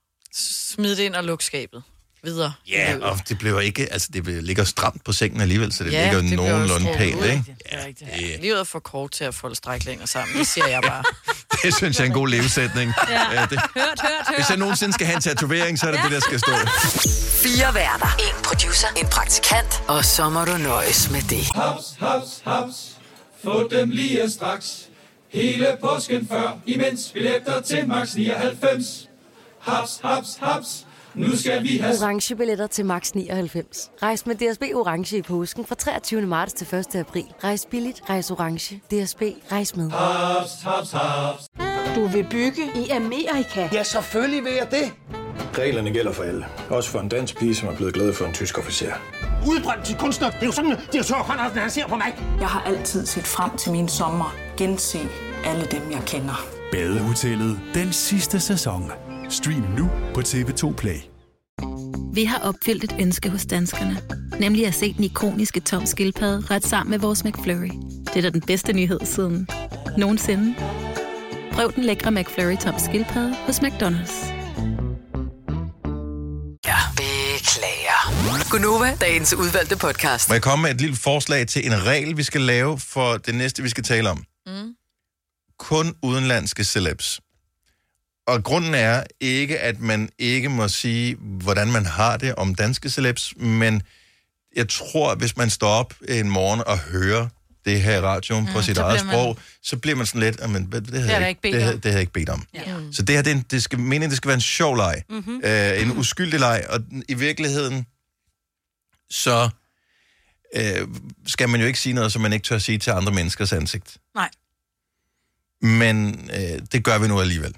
Speaker 2: smid det ind og luk skabet videre?
Speaker 1: Ja, og det bliver ikke, altså det ligger stramt på sengen alligevel, så det
Speaker 2: ja,
Speaker 1: ligger jo nogenlunde pænt, ikke?
Speaker 2: Ja, det er ja. Livet er for kort til at folde stræklænger sammen, det siger jeg bare.
Speaker 1: Det synes jeg er en god levesætning.
Speaker 4: Ja.
Speaker 1: Ja, det,
Speaker 4: hørt, hørt, hørt.
Speaker 1: Hvis jeg nogensinde skal have en tatovering, så er det ja. det, der skal stå.
Speaker 6: Fire værter, en producer, en praktikant, og så må du nøjes med det.
Speaker 7: Haps, haps, haps. Få dem lige straks. Hele påsken før, imens billetter til max nioghalvfems. Haps, haps, haps. Nu skal vi have...
Speaker 8: Orange billetter til max nioghalvfems. Rejs med D S B Orange i påsken fra treogtyvende marts til første april. Rejs billigt, rejs orange. D S B, rejs med.
Speaker 7: Haps, haps, haps.
Speaker 9: Du vil bygge i Amerika?
Speaker 10: Ja, selvfølgelig vil jeg det. Reglerne gælder for alle. Også for en dansk pige, som er blevet glad for en tysk officer.
Speaker 9: Udbrændt til kunstner. Det er jo sådan, at direktør Conradsen, han ser på mig. Jeg har altid set frem til min sommer. Gense alle dem, jeg kender.
Speaker 11: Badehotellet den sidste sæson. Stream nu på T V to Play.
Speaker 13: Vi har opfyldt et ønske hos danskerne. Nemlig at se den ikoniske Tom Skildpadde ret sammen med vores McFlurry. Det er da den bedste nyhed siden nogensinde. Prøv den lækre McFlurry Tom Skildpadde hos McDonald's.
Speaker 6: Ja, beklager. Gonova, dagens udvalgte podcast.
Speaker 1: Må jeg komme med et lille forslag til en regel, vi skal lave for det næste, vi skal tale om? Mm. Kun udenlandske celebs. Og grunden er ikke, at man ikke må sige, hvordan man har det om danske celebs, men jeg tror, hvis man står op en morgen og hører det her i radioen mm, på sit eget man... sprog, så bliver man sådan lidt, men det havde jeg ikke, det, det, det havde jeg ikke bedt om. Ja. Så det her, det, det skal, meningen, det skal være en sjov leg. Mm-hmm. Øh, en uskyldig leg, og i virkeligheden, så øh, skal man jo ikke sige noget, som man ikke tør sige til andre menneskers ansigt.
Speaker 3: Nej.
Speaker 1: Men øh, det gør vi nu alligevel.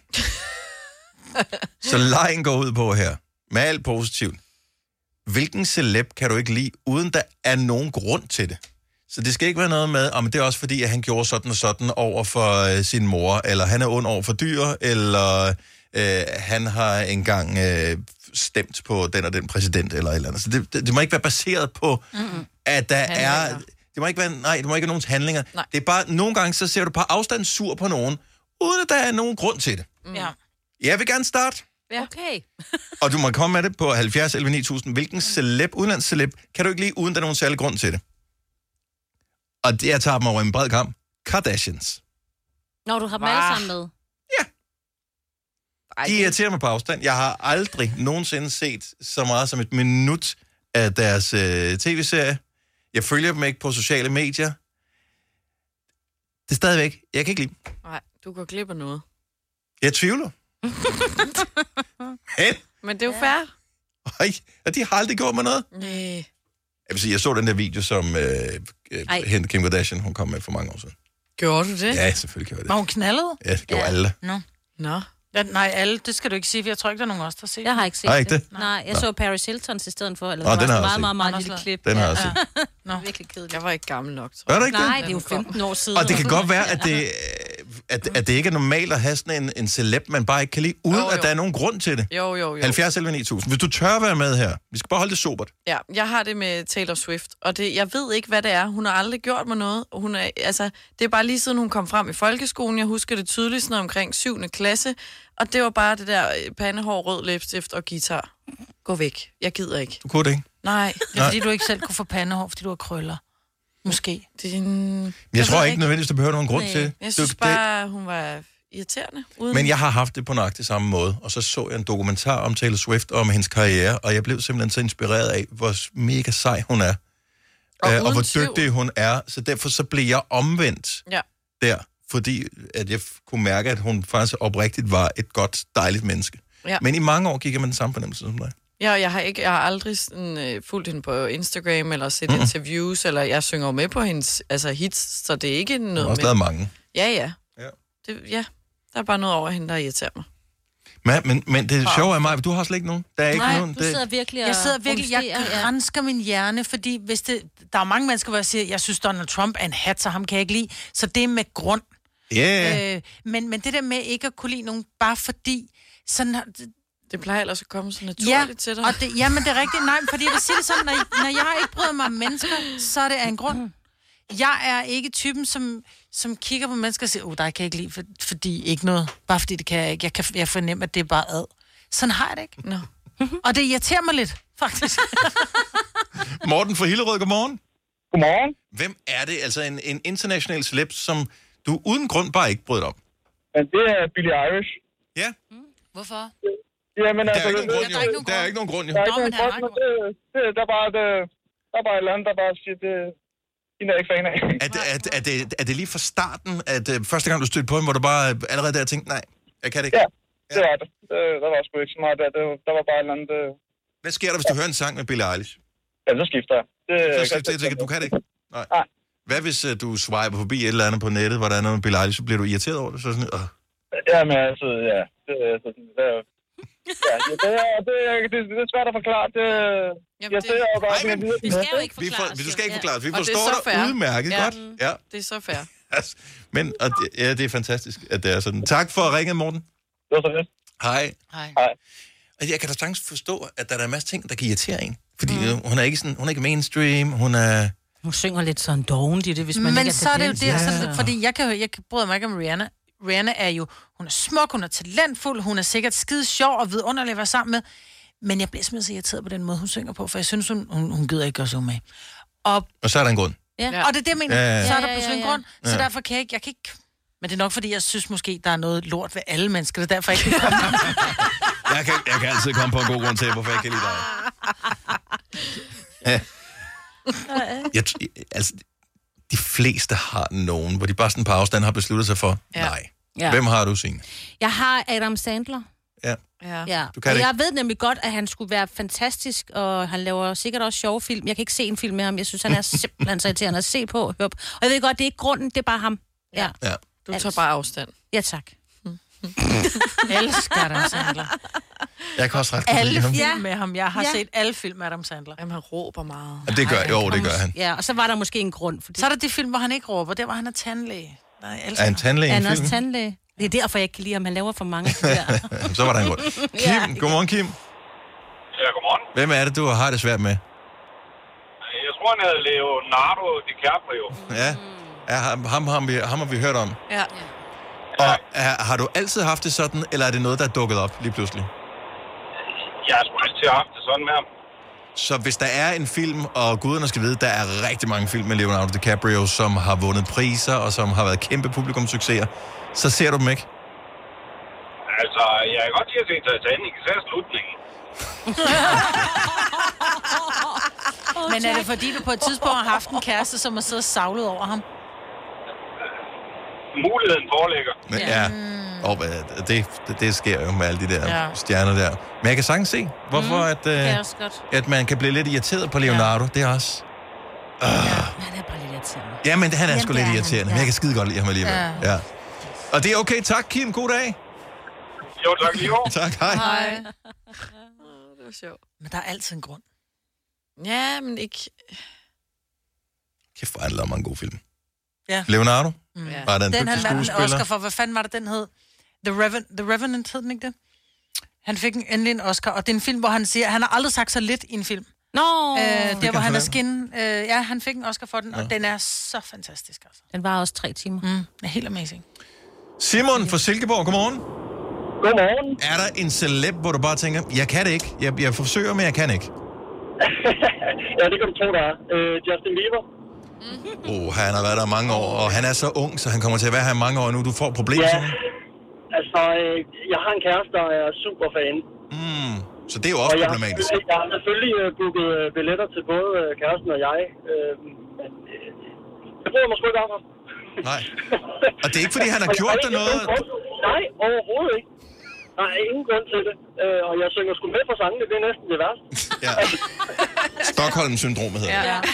Speaker 1: Så legen går ud på her, med alt positivt. Hvilken celeb kan du ikke lide, uden der er nogen grund til det? Så det skal ikke være noget med, om det er også fordi, at han gjorde sådan og sådan over for øh, sin mor, eller han er ond over for dyr, eller øh, han har engang øh, stemt på den og den præsident, eller et eller andet. Så det, det, det må ikke være baseret på, mm-hmm. at der handlinger. er... Det må ikke være, nej, det må ikke være nogens handlinger. Nej. Det er bare, nogle gange, så ser du på afstand sur på nogen, uden at der er nogen grund til det.
Speaker 3: Mm. Ja.
Speaker 1: Jeg vil gerne starte.
Speaker 4: Ja. Okay.
Speaker 1: Og du må komme med det på halvfjerds elleve ni tusind. Hvilken celeb, udenlandsceleb, kan du ikke lide, uden der er nogen særlig grund til det? Og det, jeg tager dem over en bred kamp. Kardashians.
Speaker 4: Når du har dem alle sammen med.
Speaker 1: Ja. De irriterer mig på afstand. Jeg har aldrig nogensinde set så meget som et minut af deres øh, tv-serie. Jeg følger dem ikke på sociale medier. Det er stadigvæk. Jeg kan ikke lide.
Speaker 2: Nej, du går glip af noget.
Speaker 1: Jeg tvivler. Men,
Speaker 2: Men det er jo fair.
Speaker 1: Øj, og de har aldrig gjort mig noget.
Speaker 2: Nej.
Speaker 1: Jeg vil sige, jeg så den der video, som øh, øh, Kim Kardashian, hun kom med for mange år siden.
Speaker 2: Gjorde du det?
Speaker 1: Ja, selvfølgelig gjorde jeg det.
Speaker 3: Var hun knaldet?
Speaker 1: Ja, det gjorde ja. alle.
Speaker 3: Nå.
Speaker 2: Nå.
Speaker 3: Ja, nej, alle, det skal du ikke sige, for jeg tror ikke, der er nogen af os, der har set
Speaker 4: Jeg har ikke set
Speaker 1: har
Speaker 4: det.
Speaker 1: det.
Speaker 4: Nej, jeg Nå. så Paris Hiltons i stedet for. Eller
Speaker 1: Nå,
Speaker 4: det
Speaker 1: den
Speaker 4: var
Speaker 1: har
Speaker 4: meget,
Speaker 1: jeg
Speaker 4: meget, meget,
Speaker 1: set.
Speaker 4: meget lille klip.
Speaker 1: Den har jeg
Speaker 4: ja.
Speaker 1: set.
Speaker 4: Nå, virkelig kedeligt.
Speaker 2: Jeg var ikke gammel nok, tror
Speaker 1: jeg. Var det ikke
Speaker 4: Nej,
Speaker 1: det?
Speaker 4: det er jo femten år siden.
Speaker 1: Og det kan godt være, at det, at, at det ikke er normalt at have sådan en, en celeb, man bare ikke kan lide, uden jo, jo. at der er nogen grund til det.
Speaker 2: Jo, jo, jo.
Speaker 1: halvfjerds elleve ni tusind. Hvis du tør være med her, vi skal bare holde det sobert.
Speaker 2: Ja, jeg har det med Taylor Swift, og det, jeg ved ikke, hvad det er. Hun har aldrig gjort mig noget. Hun er, altså, det er bare lige siden hun kom frem i folkeskolen. Jeg husker det tydeligt, sådan omkring syvende klasse. Og det var bare det der pandehår, rød læbstift og guitar. Gå væk. Jeg gider ikke.
Speaker 1: Du kunne det ikke?
Speaker 2: Nej.
Speaker 3: Det er fordi, du ikke selv kunne få pandehår, fordi du har krøller. Måske.
Speaker 2: Det er en...
Speaker 1: Jeg, jeg tror ikke nødvendigvis, du behøver nogen grund
Speaker 2: Nej.
Speaker 1: til.
Speaker 2: Jeg synes
Speaker 1: du,
Speaker 2: bare, det... hun var irriterende. Uden...
Speaker 1: Men jeg har haft det på nøjagtig samme måde. Og så så jeg en dokumentar om Taylor Swift og om hendes karriere, og jeg blev simpelthen så inspireret af, hvor mega sej hun er. Og, øh, og hvor dygtig hun er. Så derfor så blev jeg omvendt
Speaker 2: ja.
Speaker 1: der. Fordi at jeg kunne mærke, at hun faktisk oprigtigt var et godt, dejligt menneske.
Speaker 2: Ja.
Speaker 1: Men i mange år gik jeg med den samme fornemmelse som dig.
Speaker 2: Ja, jeg har, ikke, jeg har aldrig sådan, øh, fulgt hende på Instagram, eller set mm-hmm. interviews, eller jeg synger med på hendes altså, hits, så det er ikke noget
Speaker 1: med... Du har også
Speaker 2: med...
Speaker 1: lavet mange.
Speaker 2: Ja, ja.
Speaker 1: Ja.
Speaker 2: Det, ja, der er bare noget over hende, der irriterer mig.
Speaker 1: Men, men, men det sjove er mig, du har slet ikke nogen. Der er ikke
Speaker 4: Nej,
Speaker 1: nogen,
Speaker 4: du sidder virkelig og
Speaker 3: Jeg sidder virkelig, jeg gransker min hjerne, fordi hvis det, der er mange mennesker, hvor jeg siger, jeg synes, Donald Trump er en hat, så ham kan jeg ikke lide. Så det er med grund.
Speaker 1: Yeah.
Speaker 3: Øh, men, men det der med ikke at kunne lide nogen, bare fordi... Sådan, det,
Speaker 2: det plejer ellers at komme så naturligt
Speaker 3: ja,
Speaker 2: til dig.
Speaker 3: Og det, ja, men det er rigtigt. Nej, fordi jeg vil sige det sådan, når, når jeg ikke bryder mig om mennesker, så er det af en grund. Jeg er ikke typen, som, som kigger på mennesker og siger, åh, oh, dig kan jeg ikke lide, for, fordi ikke noget. Bare fordi det kan jeg ikke. Jeg, kan, jeg fornemmer, at det er bare ad. Sådan har jeg det ikke.
Speaker 2: No.
Speaker 3: Og det irriterer mig lidt, faktisk.
Speaker 1: Morten fra Hillerød, godmorgen.
Speaker 15: Godmorgen.
Speaker 1: Hvem er det? Altså en, en international celeb, som du uden grund bare ikke brød op?
Speaker 15: Men det er Billie Eilish.
Speaker 1: Ja.
Speaker 3: Mm. Hvorfor?
Speaker 15: Jamen,
Speaker 1: der,
Speaker 15: altså,
Speaker 1: er ikke nogen grund,
Speaker 3: der, er ikke nogen
Speaker 1: der er ikke nogen grund, jo.
Speaker 15: Der er ikke nogen grund, det, det, der, er bare, det, der er bare et eller andet, der bare siger, det hende er jeg ikke fan af.
Speaker 1: Er det, er, er, det, er det lige fra starten, at uh, første gang du stødte på hende, hvor du bare allerede der tænkte, nej, jeg kan det ikke?
Speaker 15: Ja, det ja. var det. det. Der var sgu ikke så meget der. Det, der var bare et eller andet... Det...
Speaker 1: Hvad sker der, hvis du hører en sang med Billie Eilish?
Speaker 15: Ja, så skifter jeg. Det,
Speaker 1: så skifter jeg, jeg, du kan det ikke? Nej. nej. Hvad hvis uh, du swiper forbi et eller andet på nettet, hvor der er noget med Billie Eilish, så bliver du irriteret over det? Så sådan, uh.
Speaker 15: Ja, men altså, ja. Det, så, det, er, ja, det, det, det, det, det er svært at forklare. Det,
Speaker 2: Jamen,
Speaker 15: jeg
Speaker 2: det...
Speaker 15: ser jo bare...
Speaker 4: Ej, men, vi skal jo ikke forklare
Speaker 1: for, Du skal ikke forklare
Speaker 2: ja.
Speaker 1: Vi forstår dig udmærket
Speaker 2: ja.
Speaker 1: godt. Ja.
Speaker 2: Det er så fair.
Speaker 1: Men og det, ja, det er fantastisk, at det er sådan. Tak for at ringe, Morten.
Speaker 15: Det var så lidt.
Speaker 1: Hej.
Speaker 3: Hej.
Speaker 15: Hej.
Speaker 1: Altså, jeg kan da sagtens forstå, at der er en masse ting, der kan irritere en. Fordi mm. hun er ikke sådan, hun er ikke mainstream, hun er...
Speaker 4: Hun synger lidt sådan dovent i det, hvis man
Speaker 3: Men
Speaker 4: ikke er
Speaker 3: så er det jo det,
Speaker 4: ja.
Speaker 3: så, fordi jeg kan jeg bryder mig ikke om Rihanna. Rihanna er jo, hun er smuk, hun er talentfuld, hun er sikkert skide sjov og vidunderlig at være sammen med. Men jeg bliver simpelthen så irriteret på den måde, hun synger på, for jeg synes, hun, hun, hun gider ikke gøre så med. Og,
Speaker 1: og så er der en grund.
Speaker 3: Ja. Og det er det, jeg mener.
Speaker 1: Ja, ja.
Speaker 3: Så er der pludselig ja, ja, ja. en grund. Så
Speaker 1: ja.
Speaker 3: derfor kan jeg ikke, jeg kan ikke... Men det er nok, fordi jeg synes måske, der er noget lort ved alle mennesker. Det er derfor, jeg ikke kan komme.
Speaker 1: jeg, kan, jeg kan altid komme på en god grund til, hvorfor jeg kan lide dig. Ja. Jeg, altså, de fleste har nogen, hvor de bare sådan på afstand har besluttet sig for, ja. nej. Ja. Hvem har du, Signe?
Speaker 4: Jeg har Adam Sandler.
Speaker 1: Ja.
Speaker 4: Ja. ja.
Speaker 1: Du kan
Speaker 4: og
Speaker 1: det
Speaker 4: jeg ved nemlig godt, at han skulle være fantastisk, og han laver sikkert også sjove film. Jeg kan ikke se en film med ham. Jeg synes, han er simpelthen så irriterende at se på og høre på. Og jeg ved godt, det er ikke grunden, det er bare ham. Ja.
Speaker 1: ja.
Speaker 2: Du tager bare afstand.
Speaker 4: Ja, tak.
Speaker 3: Elsker Adam Sandler.
Speaker 1: Jeg kan også ret
Speaker 3: alle
Speaker 1: lide ham.
Speaker 3: film ja. med ham. Jeg har ja. set alle film med Adam Sandler.
Speaker 2: Jamen, han råber meget.
Speaker 1: Ja, det gør, Ej, jo, det gør han.
Speaker 4: Ja, og så var der måske en grund for det.
Speaker 3: Så er der de film, hvor han ikke råber. Der var han er tandlæge. Nej,
Speaker 1: er han tandlæge i en film?
Speaker 4: tandlæge. Det er derfor, jeg ikke kan lide ham. Han laver for mange der.
Speaker 1: Så var der en grund. Kim, godmorgen Kim.
Speaker 16: Ja, godmorgen.
Speaker 1: Hvem er det, du har det svært med?
Speaker 16: Jeg tror, han hedder Leonardo DiCaprio.
Speaker 1: Ja, ja ham, ham, ham, vi, ham har vi hørt om.
Speaker 2: Ja.
Speaker 1: Og er, har du altid haft det sådan, eller er det noget, der er dukket op lige pludselig?
Speaker 16: Jeg har sgu altid haft det sådan med ham.
Speaker 1: Så hvis der er en film, og guderne skal vide, der er rigtig mange film med Leonardo DiCaprio, som har vundet priser, og som har været kæmpe publikumssucceser, så ser du dem ikke?
Speaker 16: Altså, jeg kan godt lide at se Titanic, især slutningen.
Speaker 3: Men er det fordi, du på et tidspunkt har haft en kæreste, som har siddet og savlet over ham?
Speaker 16: Muligheden foreligger.
Speaker 1: Men, ja, og det, det, det sker jo med alle de der
Speaker 3: Ja.
Speaker 1: stjerner der. Men jeg kan sagtens se, hvorfor
Speaker 4: Mm,
Speaker 1: at,
Speaker 4: det er
Speaker 1: øh,
Speaker 4: også godt.
Speaker 1: at man kan blive lidt irriteret på Leonardo. Det er også... Uh.
Speaker 4: Han er bare lidt irriterende.
Speaker 1: Ja, men han er
Speaker 4: Jamen,
Speaker 1: sgu
Speaker 4: det
Speaker 1: lidt
Speaker 4: er han,
Speaker 1: irriterende,
Speaker 4: ja.
Speaker 1: men jeg kan skide godt lide ham alligevel.
Speaker 3: Ja.
Speaker 1: Ja. Og det er okay. Tak, Kim. God dag.
Speaker 16: Jo, tak lige over.
Speaker 1: Tak, hej.
Speaker 2: Hej. Det var sjovt.
Speaker 3: Men der er altid en grund.
Speaker 2: Ja, men ikke...
Speaker 1: Kæft, hvor han lavet mange gode film.
Speaker 3: Ja.
Speaker 1: Leonardo?
Speaker 3: Mm.
Speaker 1: Var der en
Speaker 3: Den han
Speaker 1: dygtig
Speaker 3: vandt en
Speaker 1: skuespiller?
Speaker 3: Oscar for. Hvad fanden var det, den hed? The, Reven- The Revenant hed den ikke det? Han fik en, endelig en Oscar, og det er en film, hvor han siger, han har aldrig sagt så lidt i en film.
Speaker 4: Nå!
Speaker 3: Øh, der, hvor
Speaker 1: han
Speaker 3: han er
Speaker 1: for
Speaker 3: skin. Øh, ja, han fik en Oscar for den, og den er så fantastisk, altså.
Speaker 4: Den var også tre timer.
Speaker 3: Mm, det er helt amazing.
Speaker 1: Simon fra Silkeborg, godmorgen.
Speaker 15: Godmorgen.
Speaker 1: Er der en celeb, hvor du bare tænker, jeg kan det ikke. Jeg, jeg forsøger, men jeg kan ikke.
Speaker 15: Ja, det kan du tro, der er. Øh, Justin Bieber.
Speaker 1: Oh, han har været der mange år, og han er så ung, så han kommer til at være her i mange år nu. Du får problemer,
Speaker 15: Ja.
Speaker 1: Simon.
Speaker 15: Altså, øh, jeg har en kæreste, der er super fan.
Speaker 1: Mm. Så det er jo også
Speaker 15: Og jeg,
Speaker 1: problematisk.
Speaker 15: har- jeg har selvfølgelig øh, booket øh, billetter til både øh, kæresten og jeg. Øh, men, øh, jeg bryder mig sgu ikke om ham.
Speaker 1: Nej. Og det er ikke, fordi han har
Speaker 15: Og jeg
Speaker 1: gjort
Speaker 15: ikke
Speaker 1: dig noget.
Speaker 15: nogen grund- Nej, overhovedet ikke. Der er ingen grund til det. Øh, og jeg synger sgu med på sangene, det er næsten det værste.
Speaker 1: Ja. Stockholm-syndromet hedder det.
Speaker 15: Ja.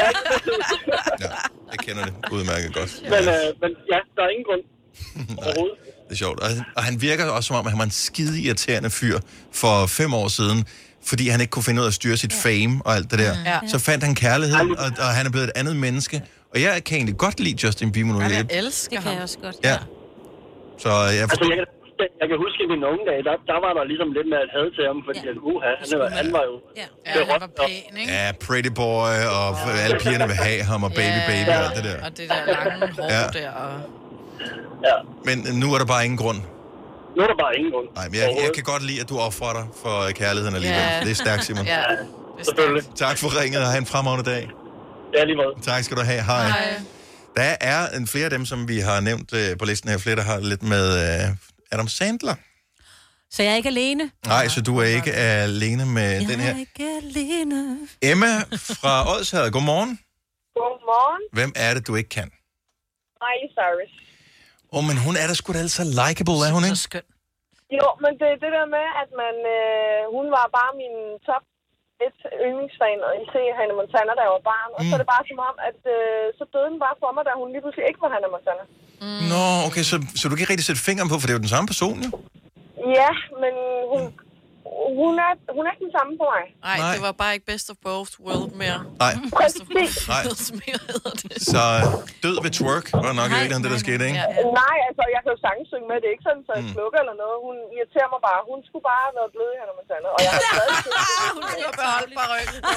Speaker 1: Ja, jeg kender det udmærket godt.
Speaker 15: Men, øh, men ja, der er ingen grund overhovedet.
Speaker 1: Det er sjovt. Og, og han virker også som om, at han var en skide irriterende fyr for fem år siden, fordi han ikke kunne finde ud af at styre sit fame og alt det der.
Speaker 2: Ja.
Speaker 1: Så fandt han kærligheden, og, og han er blevet et andet menneske. Og jeg kan egentlig godt lide Justin Bieber nu.
Speaker 2: Jeg
Speaker 1: Jeg,
Speaker 2: elsker
Speaker 4: Det kan
Speaker 2: ham.
Speaker 4: jeg også godt.
Speaker 1: ja. Så jeg
Speaker 15: Altså, jeg kan, jeg kan huske, at i mine unge dage, der, der var der ligesom lidt med at had til ham, fordi ja. at, uh, han, var, han var jo...
Speaker 3: Ja,
Speaker 15: det
Speaker 3: han
Speaker 15: råt,
Speaker 3: var pæn, ikke?
Speaker 1: Ja, Pretty Boy, og alle pigerne vil have ham, og Baby Baby og alt det der.
Speaker 2: Og det der lange hår
Speaker 1: Ja.
Speaker 2: der. Og...
Speaker 15: Ja.
Speaker 1: Men nu er der bare ingen grund.
Speaker 15: Nu er der bare ingen grund.
Speaker 1: Nej, men jeg, jeg kan godt lide, at du offrer dig for kærligheden alligevel.
Speaker 2: Ja.
Speaker 1: Det er stærkt, Simon.
Speaker 2: Ja,
Speaker 15: Selvfølgelig.
Speaker 1: Tak for ringet, og have en fremragende dag.
Speaker 15: Ja, lige måde.
Speaker 1: Tak skal du have. Hej.
Speaker 2: Hej.
Speaker 1: Der er en flere af dem, som vi har nævnt øh, på listen her. Flere, der har lidt med øh, Adam Sandler.
Speaker 4: Så jeg er ikke alene?
Speaker 1: Nej, så du er ikke alene med
Speaker 4: Jeg
Speaker 1: den her.
Speaker 4: er ikke alene.
Speaker 1: Emma fra Odsherred, godmorgen.
Speaker 5: Godmorgen.
Speaker 1: Hvem er det, du ikke kan?
Speaker 5: Miley Cyrus.
Speaker 1: Åh, oh, men hun er da sgu da altså likable, er hun ikke?
Speaker 3: Så skøn.
Speaker 5: Jo, men det er det der med, at man, øh, hun var bare min top et yndlingsfan, og I ser Hannah Montana, da jeg var barn. Og mm. så er det bare som om, at øh, så døde den bare for mig, da hun lige pludselig ikke var Hannah Montana.
Speaker 1: Mm. Nå, okay, så, så du kan ikke rigtig sætte fingeren på, for det er jo den samme person, jo.
Speaker 5: Ja, men hun, hun, er, hun er ikke den samme på mig.
Speaker 2: Nej, det var bare ikke best of both world mere.
Speaker 1: Nej.
Speaker 5: Præcis.
Speaker 1: Nej.
Speaker 2: mere hedder det.
Speaker 1: Så øh, død ved twerk var nok i virkeligheden det, der skete, ikke?
Speaker 2: Ja.
Speaker 5: Nej, altså, jeg kan jo sangsynge med. Det er ikke sådan, så jeg slukker eller noget. Hun irriterer mig bare. Hun skulle bare have været blevet i Hannah Montana. Og jeg har stadig
Speaker 2: Hun skulle beholde bare ryggen på.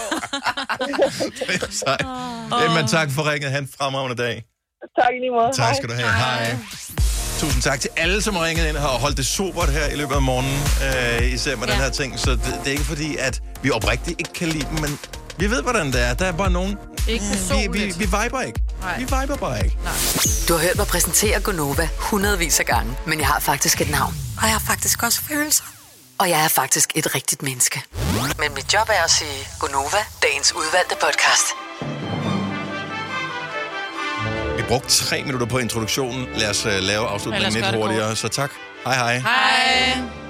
Speaker 1: Det er sejt. Emma, tak for ringet. Han fremragende dag.
Speaker 5: Tak i lige måde.
Speaker 1: Tak skal du have. Hej. Tusind tak til alle, som har ringet ind her og holdt det sobert her i løbet af morgenen, øh, især med ja. den her ting. Så det, det er ikke fordi, at vi oprigtigt ikke kan lide dem, men vi ved, hvordan det er. Der er bare nogen...
Speaker 2: Ikke
Speaker 1: vi, vi, vi viber ikke.
Speaker 2: Nej.
Speaker 1: Vi viber bare ikke.
Speaker 2: Nej.
Speaker 6: Du har hørt mig præsentere Gonova hundredvis af gange, men jeg har faktisk et navn. Og jeg har faktisk også følelser. Og jeg er faktisk et rigtigt menneske. Men mit job er at sige Gonova, dagens udvalgte podcast.
Speaker 1: Vi brugte tre minutter på introduktionen. Lad os uh, lave afslutningen
Speaker 2: Ellers
Speaker 1: lidt
Speaker 2: gør det
Speaker 1: hurtigere. Så tak. Hej hej.
Speaker 2: Hej.